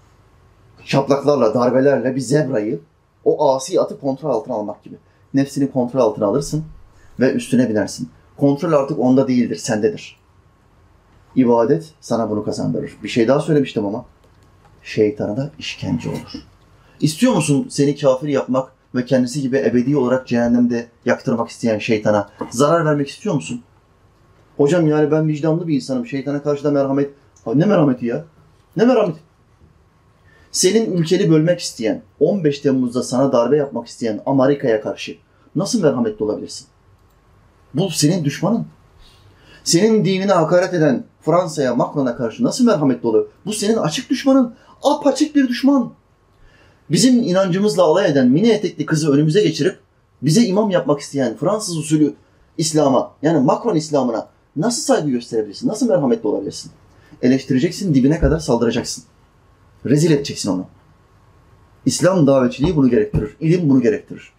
şaplaklarla, darbelerle bir zebrayı, o asi atı kontrol altına almak gibi. Nefsini kontrol altına alırsın ve üstüne binersin. Kontrol artık onda değildir, sendedir. İbadet sana bunu kazandırır. Bir şey daha söylemiştim ama, şeytana da işkence olur. İstiyor musun seni kafir yapmak ve kendisi gibi ebedi olarak cehennemde yaktırmak isteyen şeytana zarar vermek istiyor musun? Hocam yani ben vicdanlı bir insanım. Şeytana karşı da merhamet... Ne merhameti ya? Ne merhameti? Senin ülkeni bölmek isteyen, 15 Temmuz'da sana darbe yapmak isteyen Amerika'ya karşı nasıl merhametli olabilirsin? Bu senin düşmanın. Senin dinine hakaret eden Fransa'ya, Macron'a karşı nasıl merhametli olur? Bu senin açık düşmanın. Apaçık bir düşman. Bizim inancımızla alay eden mini etekli kızı önümüze geçirip bize imam yapmak isteyen Fransız usulü İslam'a, yani Macron İslam'ına nasıl saygı gösterebilirsin? Nasıl merhametli olabilirsin? Eleştireceksin, dibine kadar saldıracaksın. Rezil edeceksin onu. İslam davetçiliği bunu gerektirir. İlim bunu gerektirir.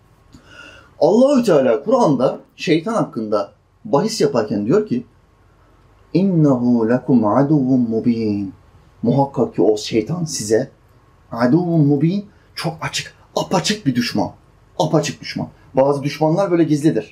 Allahü Teala Kur'an'da şeytan hakkında bahis yaparken diyor ki İnnehu lekum aduvun mubin. Muhakkak ki o şeytan size aduvun mubin, çok açık, apaçık bir düşman. Apaçık düşman. Bazı düşmanlar böyle gizlidir.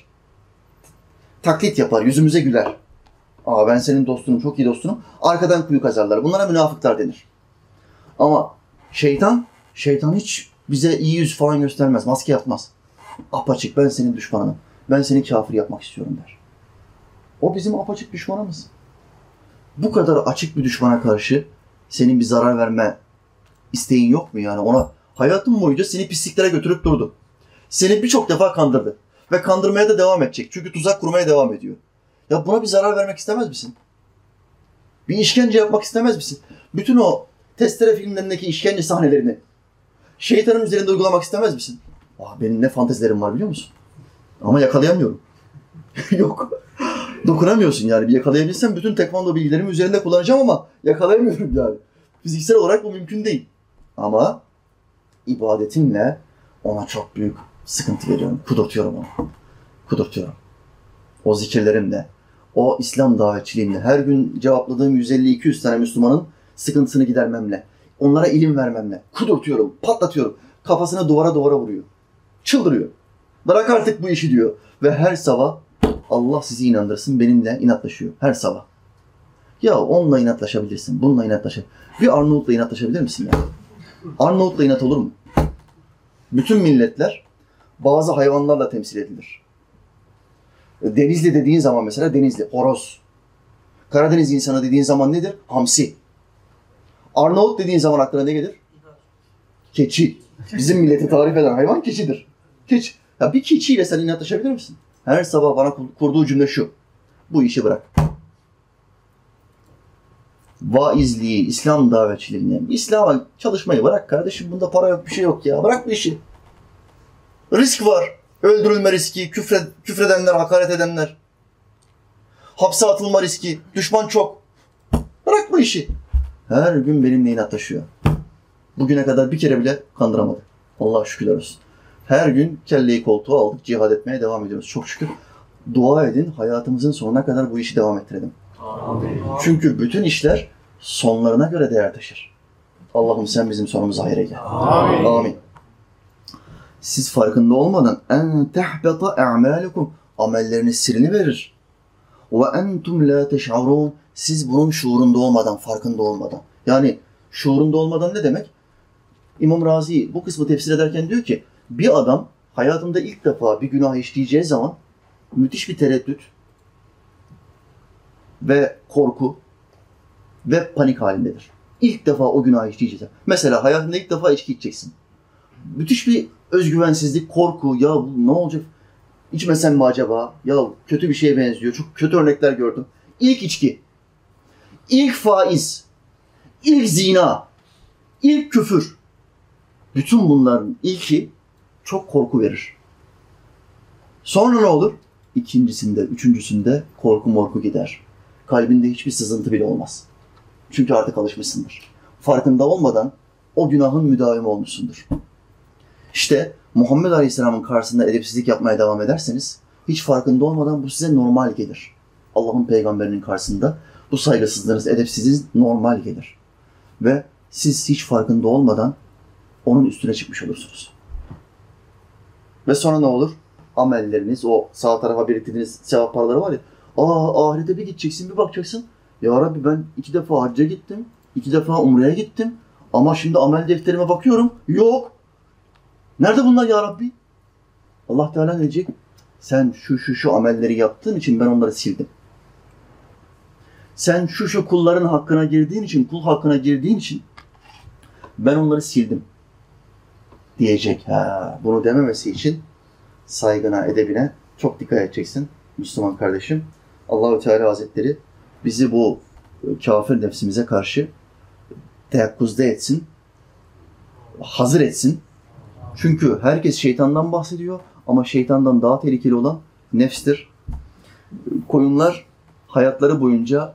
Taklit yapar, yüzümüze güler. Ben senin dostunum, çok iyi dostunum. Arkadan kuyu kazarlar. Bunlara münafıklar denir. Ama şeytan hiç bize iyi yüz falan göstermez, maske yapmaz. Apaçık, ben senin düşmanınım. Ben seni kafir yapmak istiyorum der. O bizim apaçık düşmanımız. Bu kadar açık bir düşmana karşı senin bir zarar verme isteğin yok mu yani? Ona hayatın boyunca seni pisliklere götürüp durdu. Seni birçok defa kandırdı. Ve kandırmaya da devam edecek. Çünkü tuzak kurmaya devam ediyor. Ya buna bir zarar vermek istemez misin? Bir işkence yapmak istemez misin? Bütün o testere filmlerindeki işkence sahnelerini şeytanın üzerinde uygulamak istemez misin? Benim ne fantezilerim var biliyor musun? Ama yakalayamıyorum. Yok. Dokunamıyorsun yani. Bir yakalayabilsem bütün tekvando bilgilerimi üzerinde kullanacağım ama yakalayamıyorum yani. Fiziksel olarak bu mümkün değil. Ama ibadetimle ona çok büyük sıkıntı veriyorum. Kudurtuyorum onu. Kudurtuyorum. O zikirlerimle, o İslam davetçiliğimle, her gün cevapladığım 150-200 tane Müslümanın sıkıntısını gidermemle, onlara ilim vermemle kudurtuyorum, patlatıyorum. Kafasını duvara vuruyor. Çıldırıyor. Bırak artık bu işi diyor. Ve her sabah Allah sizi inandırsın benimle inatlaşıyor. Her sabah. Ya onunla inatlaşabilirsin, bununla inatlaşabilirsin. Bir Arnavut'la inatlaşabilir misin ya? Arnavut'la inat olur mu? Bütün milletler bazı hayvanlarla temsil edilir. Denizli dediğin zaman mesela Denizli, horoz. Karadeniz insanı dediğin zaman nedir? Hamsi. Arnavut dediğin zaman aklına ne gelir? Keçi. Bizim milleti tarif eden hayvan keçidir. Keçi. Ya bir keçiyle sen inatlaşabilir misin? Her sabah bana kurduğu cümle şu. Bu işi bırak. Vaizliği, İslam davetçiliğini, İslam'a çalışmayı bırak kardeşim. Bunda para yok, bir şey yok ya. Bırak bu işi. Risk var. Öldürülme riski, küfredenler, hakaret edenler. Hapse atılma riski, düşman çok. Bırak bu işi. Her gün benimle inatlaşıyor. Bugüne kadar bir kere bile kandıramadı. Allah'a şükürler olsun. Her gün kelleyi koltuğa aldık, cihad etmeye devam ediyoruz. Çok şükür. Dua edin, hayatımızın sonuna kadar bu işi devam ettirelim. Amin. Çünkü bütün işler sonlarına göre değer taşır. Allah'ım sen bizim sonumuza hayır eyle. Amin. Amin. Siz farkında olmadan en tehbeta a'malukum, amelleriniz sirini verir. Ve entum la teş'urun, siz bunun şuurunda olmadan, farkında olmadan. Yani şuurunda olmadan ne demek? İmam Razi bu kısmı tefsir ederken diyor ki bir adam hayatında ilk defa bir günah işleyeceği zaman müthiş bir tereddüt ve korku ve panik halindedir. İlk defa o günah işleyeceğiz. Mesela hayatında ilk defa içki içeceksin. Müthiş bir özgüvensizlik, korku, ya bu ne olacak? İçmesem mi acaba? Ya kötü bir şeye benziyor. Çok kötü örnekler gördüm. İlk içki, ilk faiz, ilk zina, ilk küfür. Bütün bunların ilki çok korku verir. Sonra ne olur? İkincisinde, üçüncüsünde korku morku gider. Kalbinde hiçbir sızıntı bile olmaz. Çünkü artık alışmışsındır. Farkında olmadan o günahın müdavimi olmuşsundur. İşte Muhammed Aleyhisselam'ın karşısında edepsizlik yapmaya devam ederseniz hiç farkında olmadan bu size normal gelir. Allah'ın peygamberinin karşısında bu saygısızlığınız, edepsizliğiniz normal gelir. Ve siz hiç farkında olmadan onun üstüne çıkmış olursunuz. Ve sonra ne olur? Amelleriniz, o sağ tarafa biriktirdiğiniz sevap paraları var ya, ahirete bir gideceksin, bir bakacaksın. Ya Rabbi ben 2 defa hacca gittim, 2 defa umreye gittim ama şimdi amel defterime bakıyorum, yok. Nerede bunlar ya Rabbi? Allah Teala ne diyecek? Sen şu amelleri yaptığın için ben onları sildim. Sen şu kulların hakkına girdiğin için, kul hakkına girdiğin için ben onları sildim diyecek. Bunu dememesi için saygına, edebine çok dikkat edeceksin Müslüman kardeşim. Allah-u Teala Hazretleri bizi bu kafir nefsimize karşı teyakkuzda etsin, hazır etsin. Çünkü herkes şeytandan bahsediyor ama şeytandan daha tehlikeli olan nefstir. Koyunlar hayatları boyunca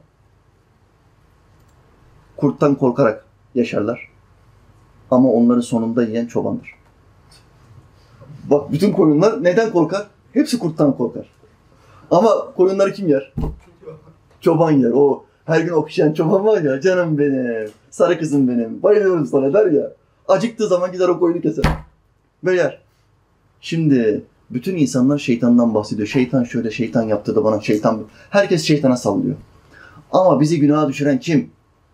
kurttan korkarak yaşarlar. Ama onların sonunda yiyen çobandır. Bak bütün koyunlar neden korkar? Hepsi kurttan korkar. Ama koyunları kim yer? Çoban yer. O her gün okşayan çoban var ya, canım benim, sarı kızım benim, bayılıyorum sana der ya. Acıktığı zaman gider o koyunu keser. Ve yer. Şimdi bütün insanlar şeytandan bahsediyor. Şeytan şöyle, şeytan yaptı da bana, şeytan... Herkes şeytana sallıyor. Ama bizi günaha düşüren kim?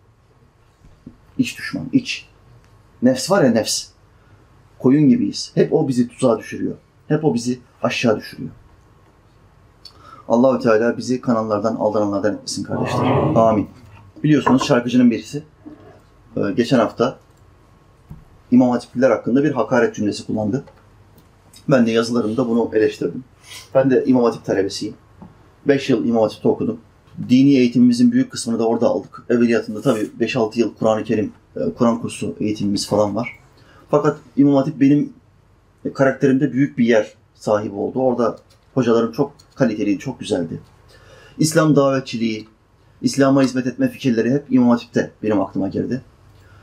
İç düşman, iç. Nefs var ya, nefs. Koyun gibiyiz. Hep o bizi tuzağa düşürüyor. Hep o bizi aşağı düşürüyor. Allah-u Teala bizi kanallardan, aldananlardan etmesin kardeşler. Amin. Biliyorsunuz şarkıcının birisi geçen hafta İmam Hatipliler hakkında bir hakaret cümlesi kullandı. Ben de yazılarımda bunu eleştirdim. Ben de İmam Hatip talebesiyim. 5 yıl İmam Hatip'te okudum. Dini eğitimimizin büyük kısmını da orada aldık. Evveliyatında tabii 5-6 yıl Kur'an-ı Kerim, Kur'an kursu eğitimimiz falan var. Fakat İmam Hatip benim karakterimde büyük bir yer sahibi oldu. Orada hocalarım çok kaliteliydi, çok güzeldi. İslam davetçiliği, İslam'a hizmet etme fikirleri hep İmam Hatip'te benim aklıma girdi.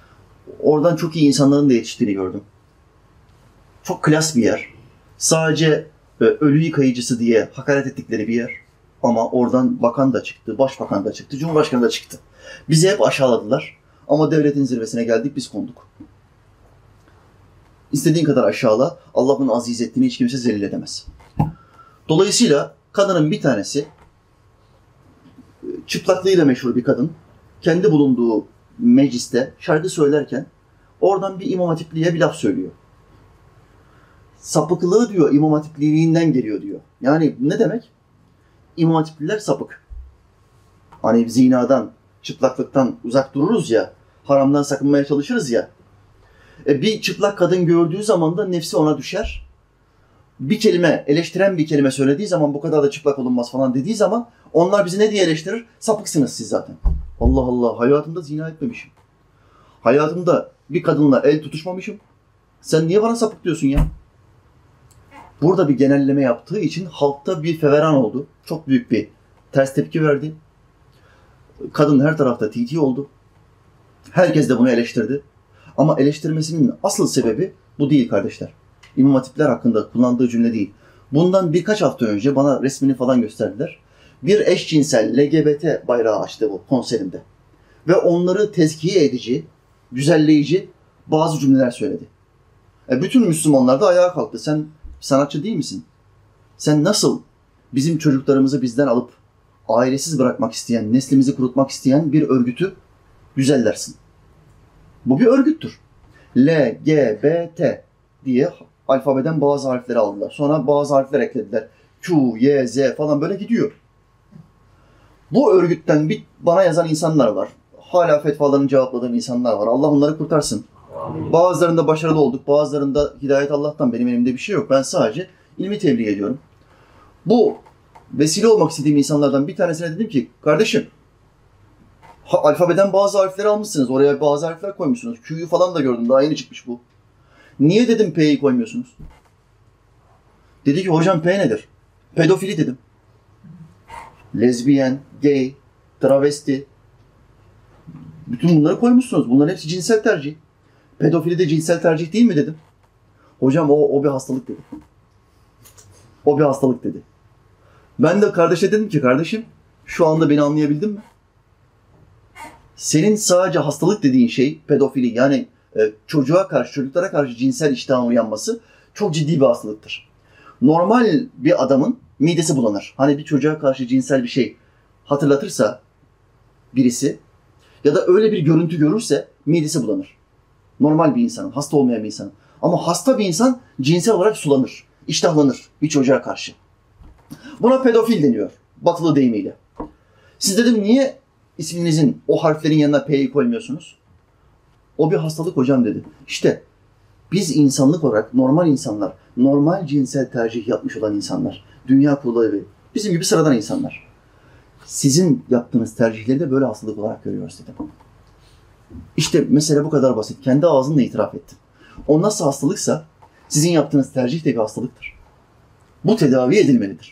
Oradan çok iyi insanların da yetiştiğini gördüm. Çok klas bir yer. Sadece ölü yıkayıcısı diye hakaret ettikleri bir yer. Ama oradan bakan da çıktı, başbakan da çıktı, cumhurbaşkanı da çıktı. Bizi hep aşağıladılar. Ama devletin zirvesine geldik, biz konduk. İstediğin kadar aşağıla, Allah'ın aziz ettiğini hiç kimse zelil edemez. Dolayısıyla kadının bir tanesi, çıplaklığıyla meşhur bir kadın, kendi bulunduğu mecliste şarkı söylerken oradan bir İmam Hatipli'ye bir laf söylüyor. Sapıklığı diyor, İmam Hatipliliğinden geliyor diyor. Yani ne demek? İmam Hatipliler sapık. Hani zinadan, çıplaklıktan uzak dururuz ya, haramdan sakınmaya çalışırız ya. Bir çıplak kadın gördüğü zaman da nefsi ona düşer. Bir kelime, eleştiren bir kelime söylediği zaman bu kadar da çıplak olunmaz falan dediği zaman onlar bizi ne diye eleştirir? Sapıksınız siz zaten. Allah Allah, hayatımda zina etmemişim. Hayatımda bir kadınla el tutuşmamışım. Sen niye bana sapık diyorsun ya? Burada bir genelleme yaptığı için halkta bir feveran oldu. Çok büyük bir ters tepki verdi. Kadın her tarafta TT oldu. Herkes de bunu eleştirdi. Ama eleştirmesinin asıl sebebi bu değil kardeşler. İmam Hatipler hakkında kullandığı cümle değil. Bundan birkaç hafta önce bana resmini falan gösterdiler. Bir eşcinsel LGBT bayrağı açtı bu konserinde. Ve onları tezkiye edici, güzelleyici bazı cümleler söyledi. Bütün Müslümanlar da ayağa kalktı. Sen sanatçı değil misin? Sen nasıl bizim çocuklarımızı bizden alıp ailesiz bırakmak isteyen, neslimizi kurutmak isteyen bir örgütü güzellersin? Bu bir örgüttür. L, G, B, T diye alfabeden bazı harfleri aldılar. Sonra bazı harfler eklediler. Q, Y, Z falan böyle gidiyor. Bu örgütten bana yazan insanlar var. Hala fetvalarını cevapladığım insanlar var. Allah onları kurtarsın. Bazılarında başarılı olduk, bazılarında hidayet Allah'tan, benim elimde bir şey yok. Ben sadece ilmi tebliğ ediyorum. Bu vesile olmak istediğim insanlardan bir tanesine dedim ki, kardeşim, alfabeden bazı harfleri almışsınız, oraya bazı harfler koymuşsunuz. Q'yu falan da gördüm, daha yeni çıkmış bu. Niye dedim P'yi koymuyorsunuz? Dedi ki, hocam P nedir? Pedofili dedim. Lezbiyen, gay, travesti, bütün bunları koymuşsunuz. Bunların hepsi cinsel tercih. Pedofili de cinsel tercih değil mi dedim. Hocam o bir hastalık dedi. O bir hastalık dedi. Ben de kardeşe dedim ki, kardeşim şu anda beni anlayabildin mi? Senin sadece hastalık dediğin şey pedofili, yani çocuklara karşı cinsel iştahın uyanması çok ciddi bir hastalıktır. Normal bir adamın midesi bulanır. Hani bir çocuğa karşı cinsel bir şey hatırlatırsa birisi ya da öyle bir görüntü görürse midesi bulanır. Normal bir insanın, hasta olmayan bir insanın. Ama hasta bir insan cinsel olarak sulanır, iştahlanır bir çocuğa karşı. Buna pedofil deniyor, batılı deyimiyle. Siz dedim niye isminizin o harflerin yanına P'yi koymuyorsunuz? O bir hastalık hocam dedi. İşte biz insanlık olarak normal insanlar, normal cinsel tercih yapmış olan insanlar, dünya kurulları bizim gibi sıradan insanlar. Sizin yaptığınız tercihleri de böyle hastalık olarak görüyoruz dedim. İşte mesele bu kadar basit. Kendi ağzınla itiraf ettim. O nasıl hastalıksa sizin yaptığınız tercih de bir hastalıktır. Bu tedavi edilmelidir.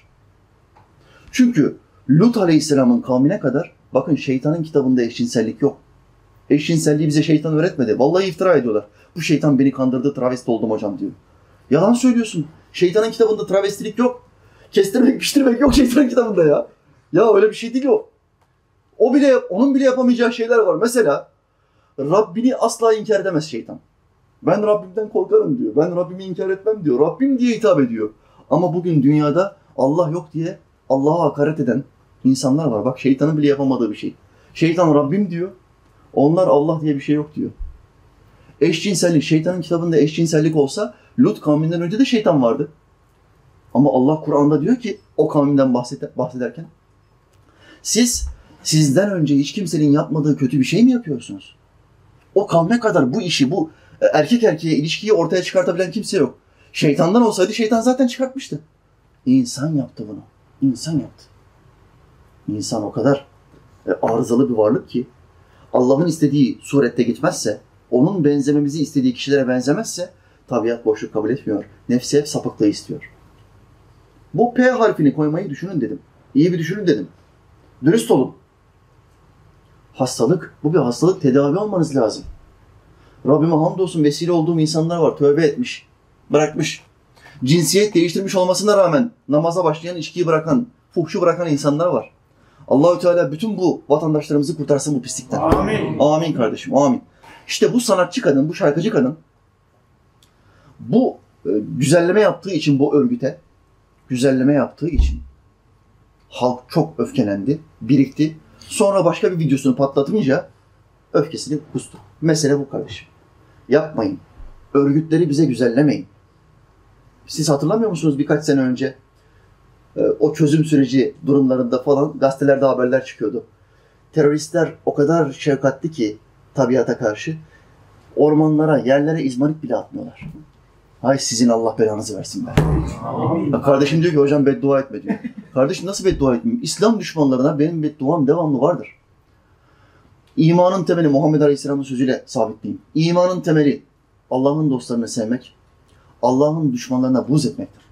Çünkü Lut Aleyhisselam'ın kavmine kadar bakın şeytanın kitabında eşcinsellik yok. Eşcinselliği bize şeytan öğretmedi. Vallahi iftira ediyorlar. Bu şeytan beni kandırdı, travesti oldum hocam diyor. Yalan söylüyorsun. Şeytanın kitabında travestilik yok. Kestirmek, piştirmek yok şeytanın kitabında ya. Ya öyle bir şey değil o. Onun bile yapamayacağı şeyler var. Mesela Rabbini asla inkar edemez şeytan. Ben Rabbimden korkarım diyor. Ben Rabbimi inkar etmem diyor. Rabbim diye hitap ediyor. Ama bugün dünyada Allah yok diye Allah'a hakaret eden insanlar var. Bak şeytanın bile yapamadığı bir şey. Şeytan Rabbim diyor. Onlar Allah diye bir şey yok diyor. Eşcinsellik, şeytanın kitabında eşcinsellik olsa Lut kavminden önce de şeytan vardı. Ama Allah Kur'an'da diyor ki o kavminden bahsederken sizden önce hiç kimsenin yapmadığı kötü bir şey mi yapıyorsunuz? O kavme kadar bu işi, bu erkek erkeğe ilişkiyi ortaya çıkartabilen kimse yok. Şeytandan olsaydı şeytan zaten çıkartmıştı. İnsan yaptı bunu. İnsan yaptı. İnsan o kadar arızalı bir varlık ki Allah'ın istediği surette gitmezse, onun benzememizi istediği kişilere benzemezse tabiat boşluk kabul etmiyor. Nefsi hep sapıklığı istiyor. Bu P harfini koymayı düşünün dedim. İyi bir düşünün dedim. Dürüst olun. Hastalık, bu bir hastalık, tedavi olmanız lazım. Rabbime hamdolsun vesile olduğum insanlar var. Tövbe etmiş, bırakmış. Cinsiyet değiştirmiş olmasına rağmen namaza başlayan, içkiyi bırakan, fuhşu bırakan insanlar var. Allahü Teala bütün bu vatandaşlarımızı kurtarsın bu pislikten. Amin. Amin kardeşim, amin. İşte bu sanatçı kadın, bu şarkıcı kadın bu güzelleme yaptığı için bu örgüte, güzelleme yaptığı için halk çok öfkelendi, birikti. Sonra başka bir videosunu patlatınca öfkesini kustu. Mesele bu kardeşim. Yapmayın. Örgütleri bize güzellemeyin. Siz hatırlamıyor musunuz birkaç sene önce o çözüm süreci durumlarında falan gazetelerde haberler çıkıyordu. Teröristler o kadar şefkatli ki tabiata karşı ormanlara, yerlere izmarit bile atmıyorlar. Hay sizin Allah belanızı versin be. Ya kardeşim diyor ki hocam beddua etme diyor. Kardeşim nasıl beddua etmeyeyim? İslam düşmanlarına benim bedduam devamlı vardır. İmanın temeli Muhammed Aleyhisselam'ın sözüyle sabitleyeyim. İmanın temeli Allah'ın dostlarını sevmek, Allah'ın düşmanlarına buğz etmektir.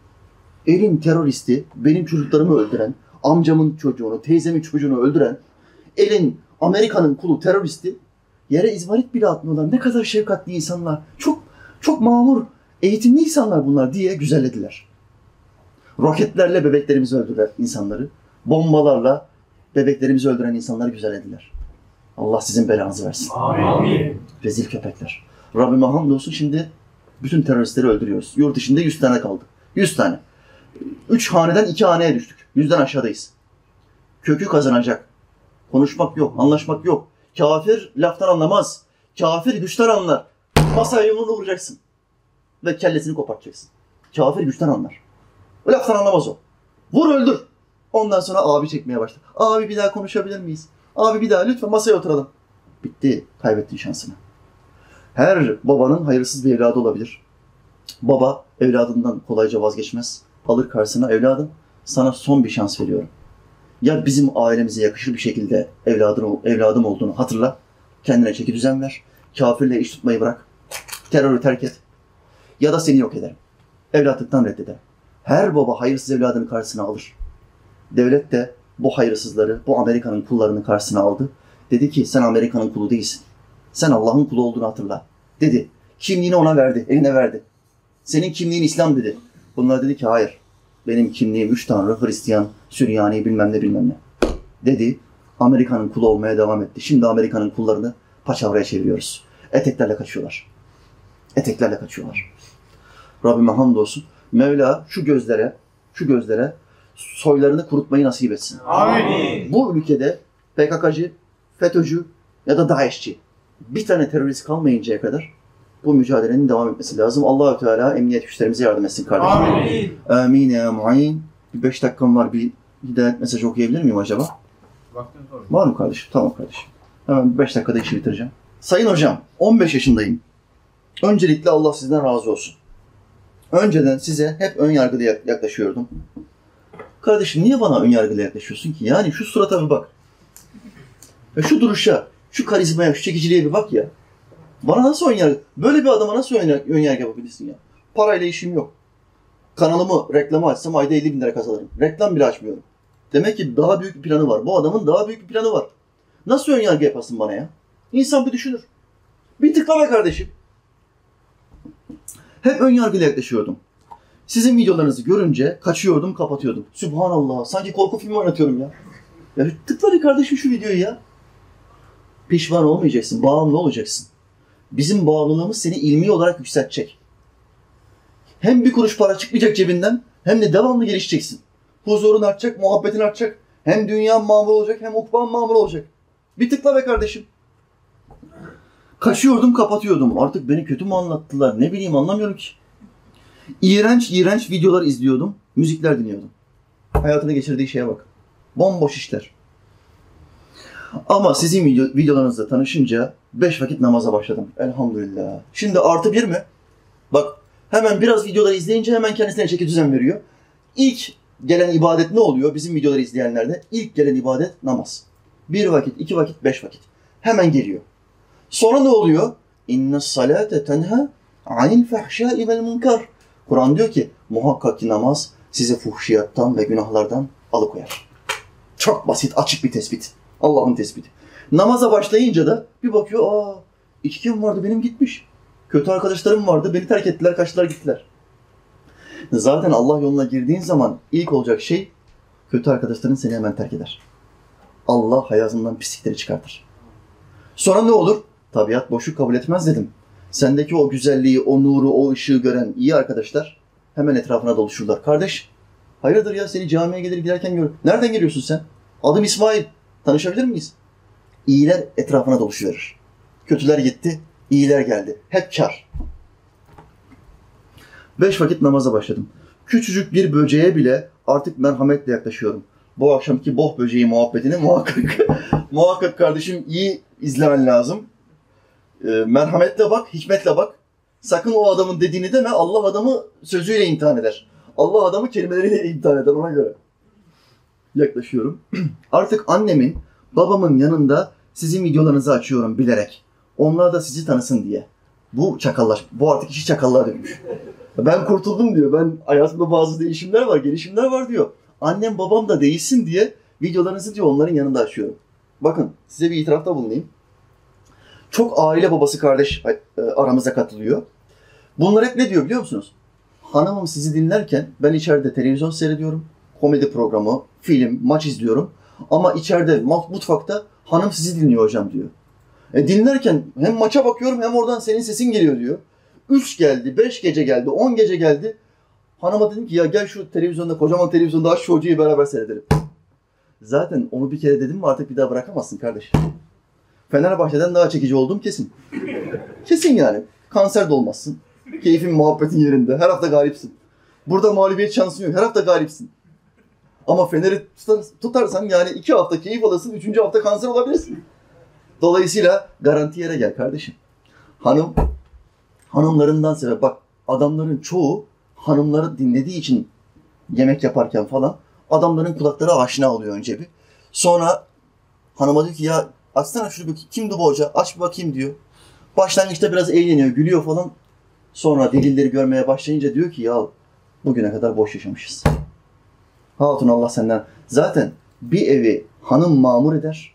Elin teröristi, benim çocuklarımı öldüren, amcamın çocuğunu, teyzemin çocuğunu öldüren, elin Amerika'nın kulu teröristi yere izmarit bile atmıyorlar. Ne kadar şefkatli insanlar, çok mamur, eğitimli insanlar bunlar diye güzellediler. Roketlerle bebeklerimizi öldüren insanları, bombalarla bebeklerimizi öldüren insanları güzellediler. Allah sizin belanızı versin. Amin. Rezil köpekler. Rabbime hamdolsun şimdi bütün teröristleri öldürüyoruz. Yurt içinde 100 tane kaldı. 100 tane. 3 haneden 2 haneye düştük. 100'den aşağıdayız. Kökü kazanacak. Konuşmak yok, anlaşmak yok. Kafir laftan anlamaz. Kafir güçten anlar. Masaya yumruğunu vuracaksın. Ve kellesini kopartacaksın. Kafir güçten anlar. Laftan anlamaz o. Vur öldür. Ondan sonra abi çekmeye başlar. Abi bir daha konuşabilir miyiz? Abi bir daha lütfen masaya oturalım. Bitti. Kaybettin şansını. Her babanın hayırsız bir evladı olabilir. Baba evladından kolayca vazgeçmez. Alır karşısına evladım sana son bir şans veriyorum. Ya bizim ailemize yakışır bir şekilde evladım olduğunu hatırla. Kendine çeki düzen ver. Kafirle iş tutmayı bırak. Terörü terk et. Ya da seni yok ederim. Evlatlıktan reddederim. Her baba hayırsız evladını karşısına alır. Devlet de bu hayırsızları, bu Amerika'nın kullarını karşısına aldı. Dedi ki sen Amerika'nın kulu değilsin. Sen Allah'ın kulu olduğunu hatırla. Dedi. Kimliğini ona verdi, eline verdi. Senin kimliğin İslam dedi. Bunlar dedi ki hayır. Benim kimliğim 3 tanrı, Hristiyan, Süryani bilmem ne. Dedi. Amerika'nın kulu olmaya devam etti. Şimdi Amerika'nın kullarını paçavraya çeviriyoruz. Eteklerle kaçıyorlar. Eteklerle kaçıyorlar. Rabbime hamdolsun. Mevla şu gözlere soylarını kurutmayı nasip etsin. Amin. Bu ülkede PKK'cı, FETÖ'cü ya da DAEŞ'çi bir tane terörist kalmayıncaya kadar bu mücadelenin devam etmesi lazım. Allah-u Teala emniyet güçlerimize yardım etsin kardeşim. Amin. Amin ya mu'in. Bir 5 dakikam var. Bir hidayet mesajı okuyabilir miyim acaba? Vaktiniz var. Var mı kardeşim? Tamam kardeşim. Hemen 5 dakikada işi bitireceğim. Sayın hocam, 15 yaşındayım. Öncelikle Allah sizden razı olsun. Önceden size hep ön yargılı yaklaşıyordum. Kardeşim niye bana ön yargılı yaklaşıyorsun ki? Yani şu surata bir bak. Ya şu duruşa, şu karizmaya, şu çekiciliğe bir bak ya. Bana nasıl ön yargı? Böyle bir adama nasıl ön yargı yapabilirsin ya? Parayla işim yok. Kanalımı, reklamı açsam ayda 50 bin lira kazanırım. Reklam bile açmıyorum. Demek ki daha büyük bir planı var. Bu adamın daha büyük bir planı var. Nasıl ön yargı yapasın bana ya? İnsan bir düşünür. Bir tıkla be kardeşim. Hep ön yargıyla yaklaşıyordum. Sizin videolarınızı görünce kaçıyordum, kapatıyordum. Sübhanallah, sanki korku filmi oynatıyorum ya. Ya tıkla be kardeşim şu videoyu ya. Pişman olmayacaksın, bağımlı olacaksın. Bizim bağımlılığımız seni ilmi olarak yükseltecek. Hem bir kuruş para çıkmayacak cebinden, hem de devamlı gelişeceksin. Huzurun artacak, muhabbetin artacak. Hem dünyan mamur olacak, hem ukban mamur olacak. Bir tıkla be kardeşim. Kaçıyordum, kapatıyordum. Artık beni kötü mü anlattılar, ne bileyim anlamıyorum ki. İğrenç videolar izliyordum, müzikler dinliyordum. Hayatını geçirdiği şeye bak. Bomboş işler. Ama sizin videolarınızla tanışınca 5 vakit namaza başladım. Elhamdülillah. Şimdi +1 mi? Bak hemen biraz videoları izleyince hemen kendisine çeki düzen veriyor. İlk gelen ibadet ne oluyor bizim videoları izleyenlerde? İlk gelen ibadet namaz. 1 vakit, 2 vakit, 5 vakit. Hemen geliyor. Sonra ne oluyor? İnne salate tenha anil fahşai vel munkar. Kur'an diyor ki muhakkak ki namaz sizi fuhşiyattan ve günahlardan alıkoyar. Çok basit, açık bir tespit. Allah'ın tespiti. Namaza başlayınca da bir bakıyor, İçki mi vardı benim gitmiş. Kötü arkadaşlarım vardı beni terk ettiler kaçtılar gittiler. Zaten Allah yoluna girdiğin zaman ilk olacak şey kötü arkadaşların seni hemen terk eder. Allah hayatından pislikleri çıkartır. Sonra ne olur? Tabiat boşluk kabul etmez dedim. Sendeki o güzelliği, o nuru, o ışığı gören iyi arkadaşlar hemen etrafına doluşurlar. Kardeş, hayırdır ya seni camiye gelir giderken gör. Nereden geliyorsun sen? Adım İsmail. Tanışabilir miyiz? İyiler etrafına doluşuverir. Kötüler gitti, iyiler geldi. Hep kar. 5 vakit namaza başladım. Küçücük bir böceğe bile artık merhametle yaklaşıyorum. Bu akşamki boh böceği muhabbetini muhakkak kardeşim iyi izlemen lazım. Merhametle bak, hikmetle bak. Sakın o adamın dediğini deme, Allah adamı sözüyle imtihan eder. Allah adamı kelimeleriyle imtihan eder ona göre. Yaklaşıyorum. Artık annemin, babamın yanında sizin videolarınızı açıyorum bilerek. Onlar da sizi tanısın diye. Bu artık işi çakallığa dönmüş. Ben kurtuldum diyor. Ben hayatımda bazı değişimler var, gelişimler var diyor. Annem babam da değişsin diye videolarınızı diyor onların yanında açıyorum. Bakın size bir itirafta bulunayım. Çok aile babası kardeş aramıza katılıyor. Bunlar hep ne diyor biliyor musunuz? Hanımım sizi dinlerken ben içeride televizyon seyrediyorum. Komedi programı, film, maç izliyorum. Ama içeride mutfakta hanım sizi dinliyor hocam diyor. Dinlerken hem maça bakıyorum hem oradan senin sesin geliyor diyor. 3 geldi, 5 gece geldi, 10 gece geldi. Hanıma dedim ki ya gel şu televizyonda, kocaman televizyonda aç şu hocayı beraber seyredelim. Zaten onu bir kere dedim mi artık bir daha bırakamazsın kardeş. Fenerbahçe'den daha çekici olduğum kesin. Kesin yani. Kanser de olmazsın. Keyfin, muhabbetin yerinde. Her hafta galipsin. Burada mağlubiyet şansın yok. Her hafta galipsin. Ama Fener'i tutarsan yani 2 hafta keyif alırsın, 3. hafta kanser olabilirsin. Dolayısıyla garanti yere gel kardeşim. Hanımlarından sebep bak adamların çoğu hanımları dinlediği için yemek yaparken falan adamların kulakları aşina oluyor önce bir. Sonra hanıma diyor ki ya açsana şunu bir kimdi bu hoca aç bir bakayım diyor. Başlangıçta biraz eğleniyor gülüyor falan. Sonra delilleri görmeye başlayınca diyor ki ya bugüne kadar boş yaşamışız. Hatun Allah senden. Zaten bir evi hanım mamur eder.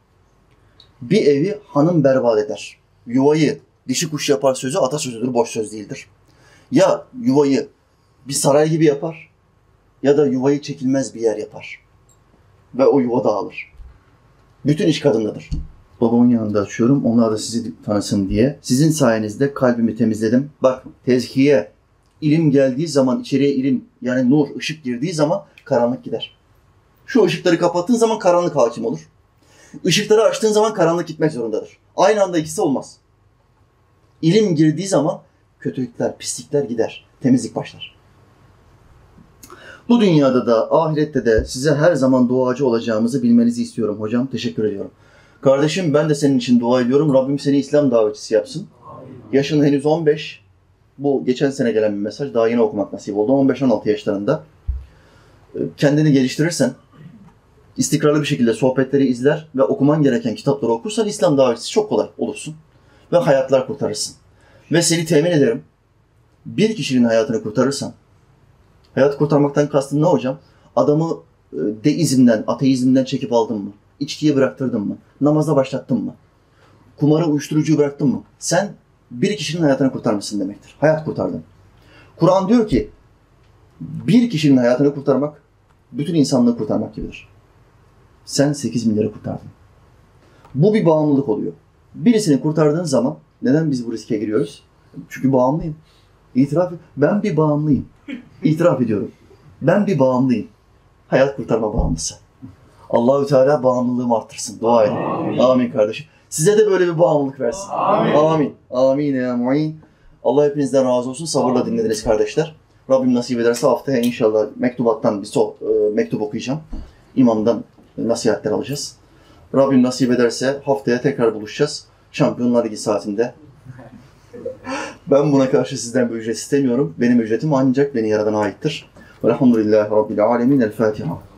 Bir evi hanım berbat eder. Yuvayı dişi kuş yapar sözü atasözüdür, boş söz değildir. Ya yuvayı bir saray gibi yapar ya da yuvayı çekilmez bir yer yapar. Ve o yuva dağılır. Bütün iş kadındadır. Babamın yanında açıyorum, onlar da sizi tanısın diye. Sizin sayenizde kalbimi temizledim. Bak tezkiye, ilim geldiği zaman, içeriye ilim yani nur, ışık girdiği zaman karanlık gider. Şu ışıkları kapattığın zaman karanlık hakim olur. Işıkları açtığın zaman karanlık gitmek zorundadır. Aynı anda ikisi olmaz. İlim girdiği zaman kötülükler, pislikler gider. Temizlik başlar. Bu dünyada da, ahirette de size her zaman duacı olacağımızı bilmenizi istiyorum hocam. Teşekkür ediyorum. Kardeşim ben de senin için dua ediyorum. Rabbim seni İslam davetçisi yapsın. Yaşın henüz 15. Bu geçen sene gelen bir mesaj. Daha yeni okumak nasip oldu. 15-16 yaşlarında. Kendini geliştirirsen, istikrarlı bir şekilde sohbetleri izler ve okuman gereken kitapları okursan İslam davetçisi çok kolay olursun. Ve hayatlar kurtarırsın. Ve seni temin ederim. Bir kişinin hayatını kurtarırsan, hayat kurtarmaktan kastın ne hocam? Adamı deizmden, ateizmden çekip aldın mı? İçkiyi bıraktırdın mı? Namaza başlattın mı? Kumarı, uyuşturucuyu bıraktın mı? Sen bir kişinin hayatını kurtarmışsın demektir. Hayat kurtardın. Kur'an diyor ki, bir kişinin hayatını kurtarmak, bütün insanlığı kurtarmak gibidir. Sen 8 milyarı kurtardın. Bu bir bağımlılık oluyor. Birisini kurtardığın zaman, neden biz bu riske giriyoruz? Çünkü bağımlıyım. Ben bir bağımlıyım. İtiraf ediyorum. Ben bir bağımlıyım. Hayat kurtarma bağımlısı. Allahü Teala bağımlılığımı arttırsın. Dua edin. Amin. Amin kardeşim. Size de böyle bir bağımlılık versin. Amin. Amin. Amin ya mu'in. Allah hepinizden razı olsun. Sabırla dinlediniz kardeşler. Rabbim nasip ederse haftaya inşallah mektubattan bir mektup okuyacağım. İmamdan nasihatler alacağız. Rabbim nasip ederse haftaya tekrar buluşacağız. Şampiyonlar Ligi saatinde. Ben buna karşı sizden bir ücret istemiyorum. Benim ücretim ancak beni yaradana aittir. Velhamdülillahi Rabbil alemin. El Fatiha.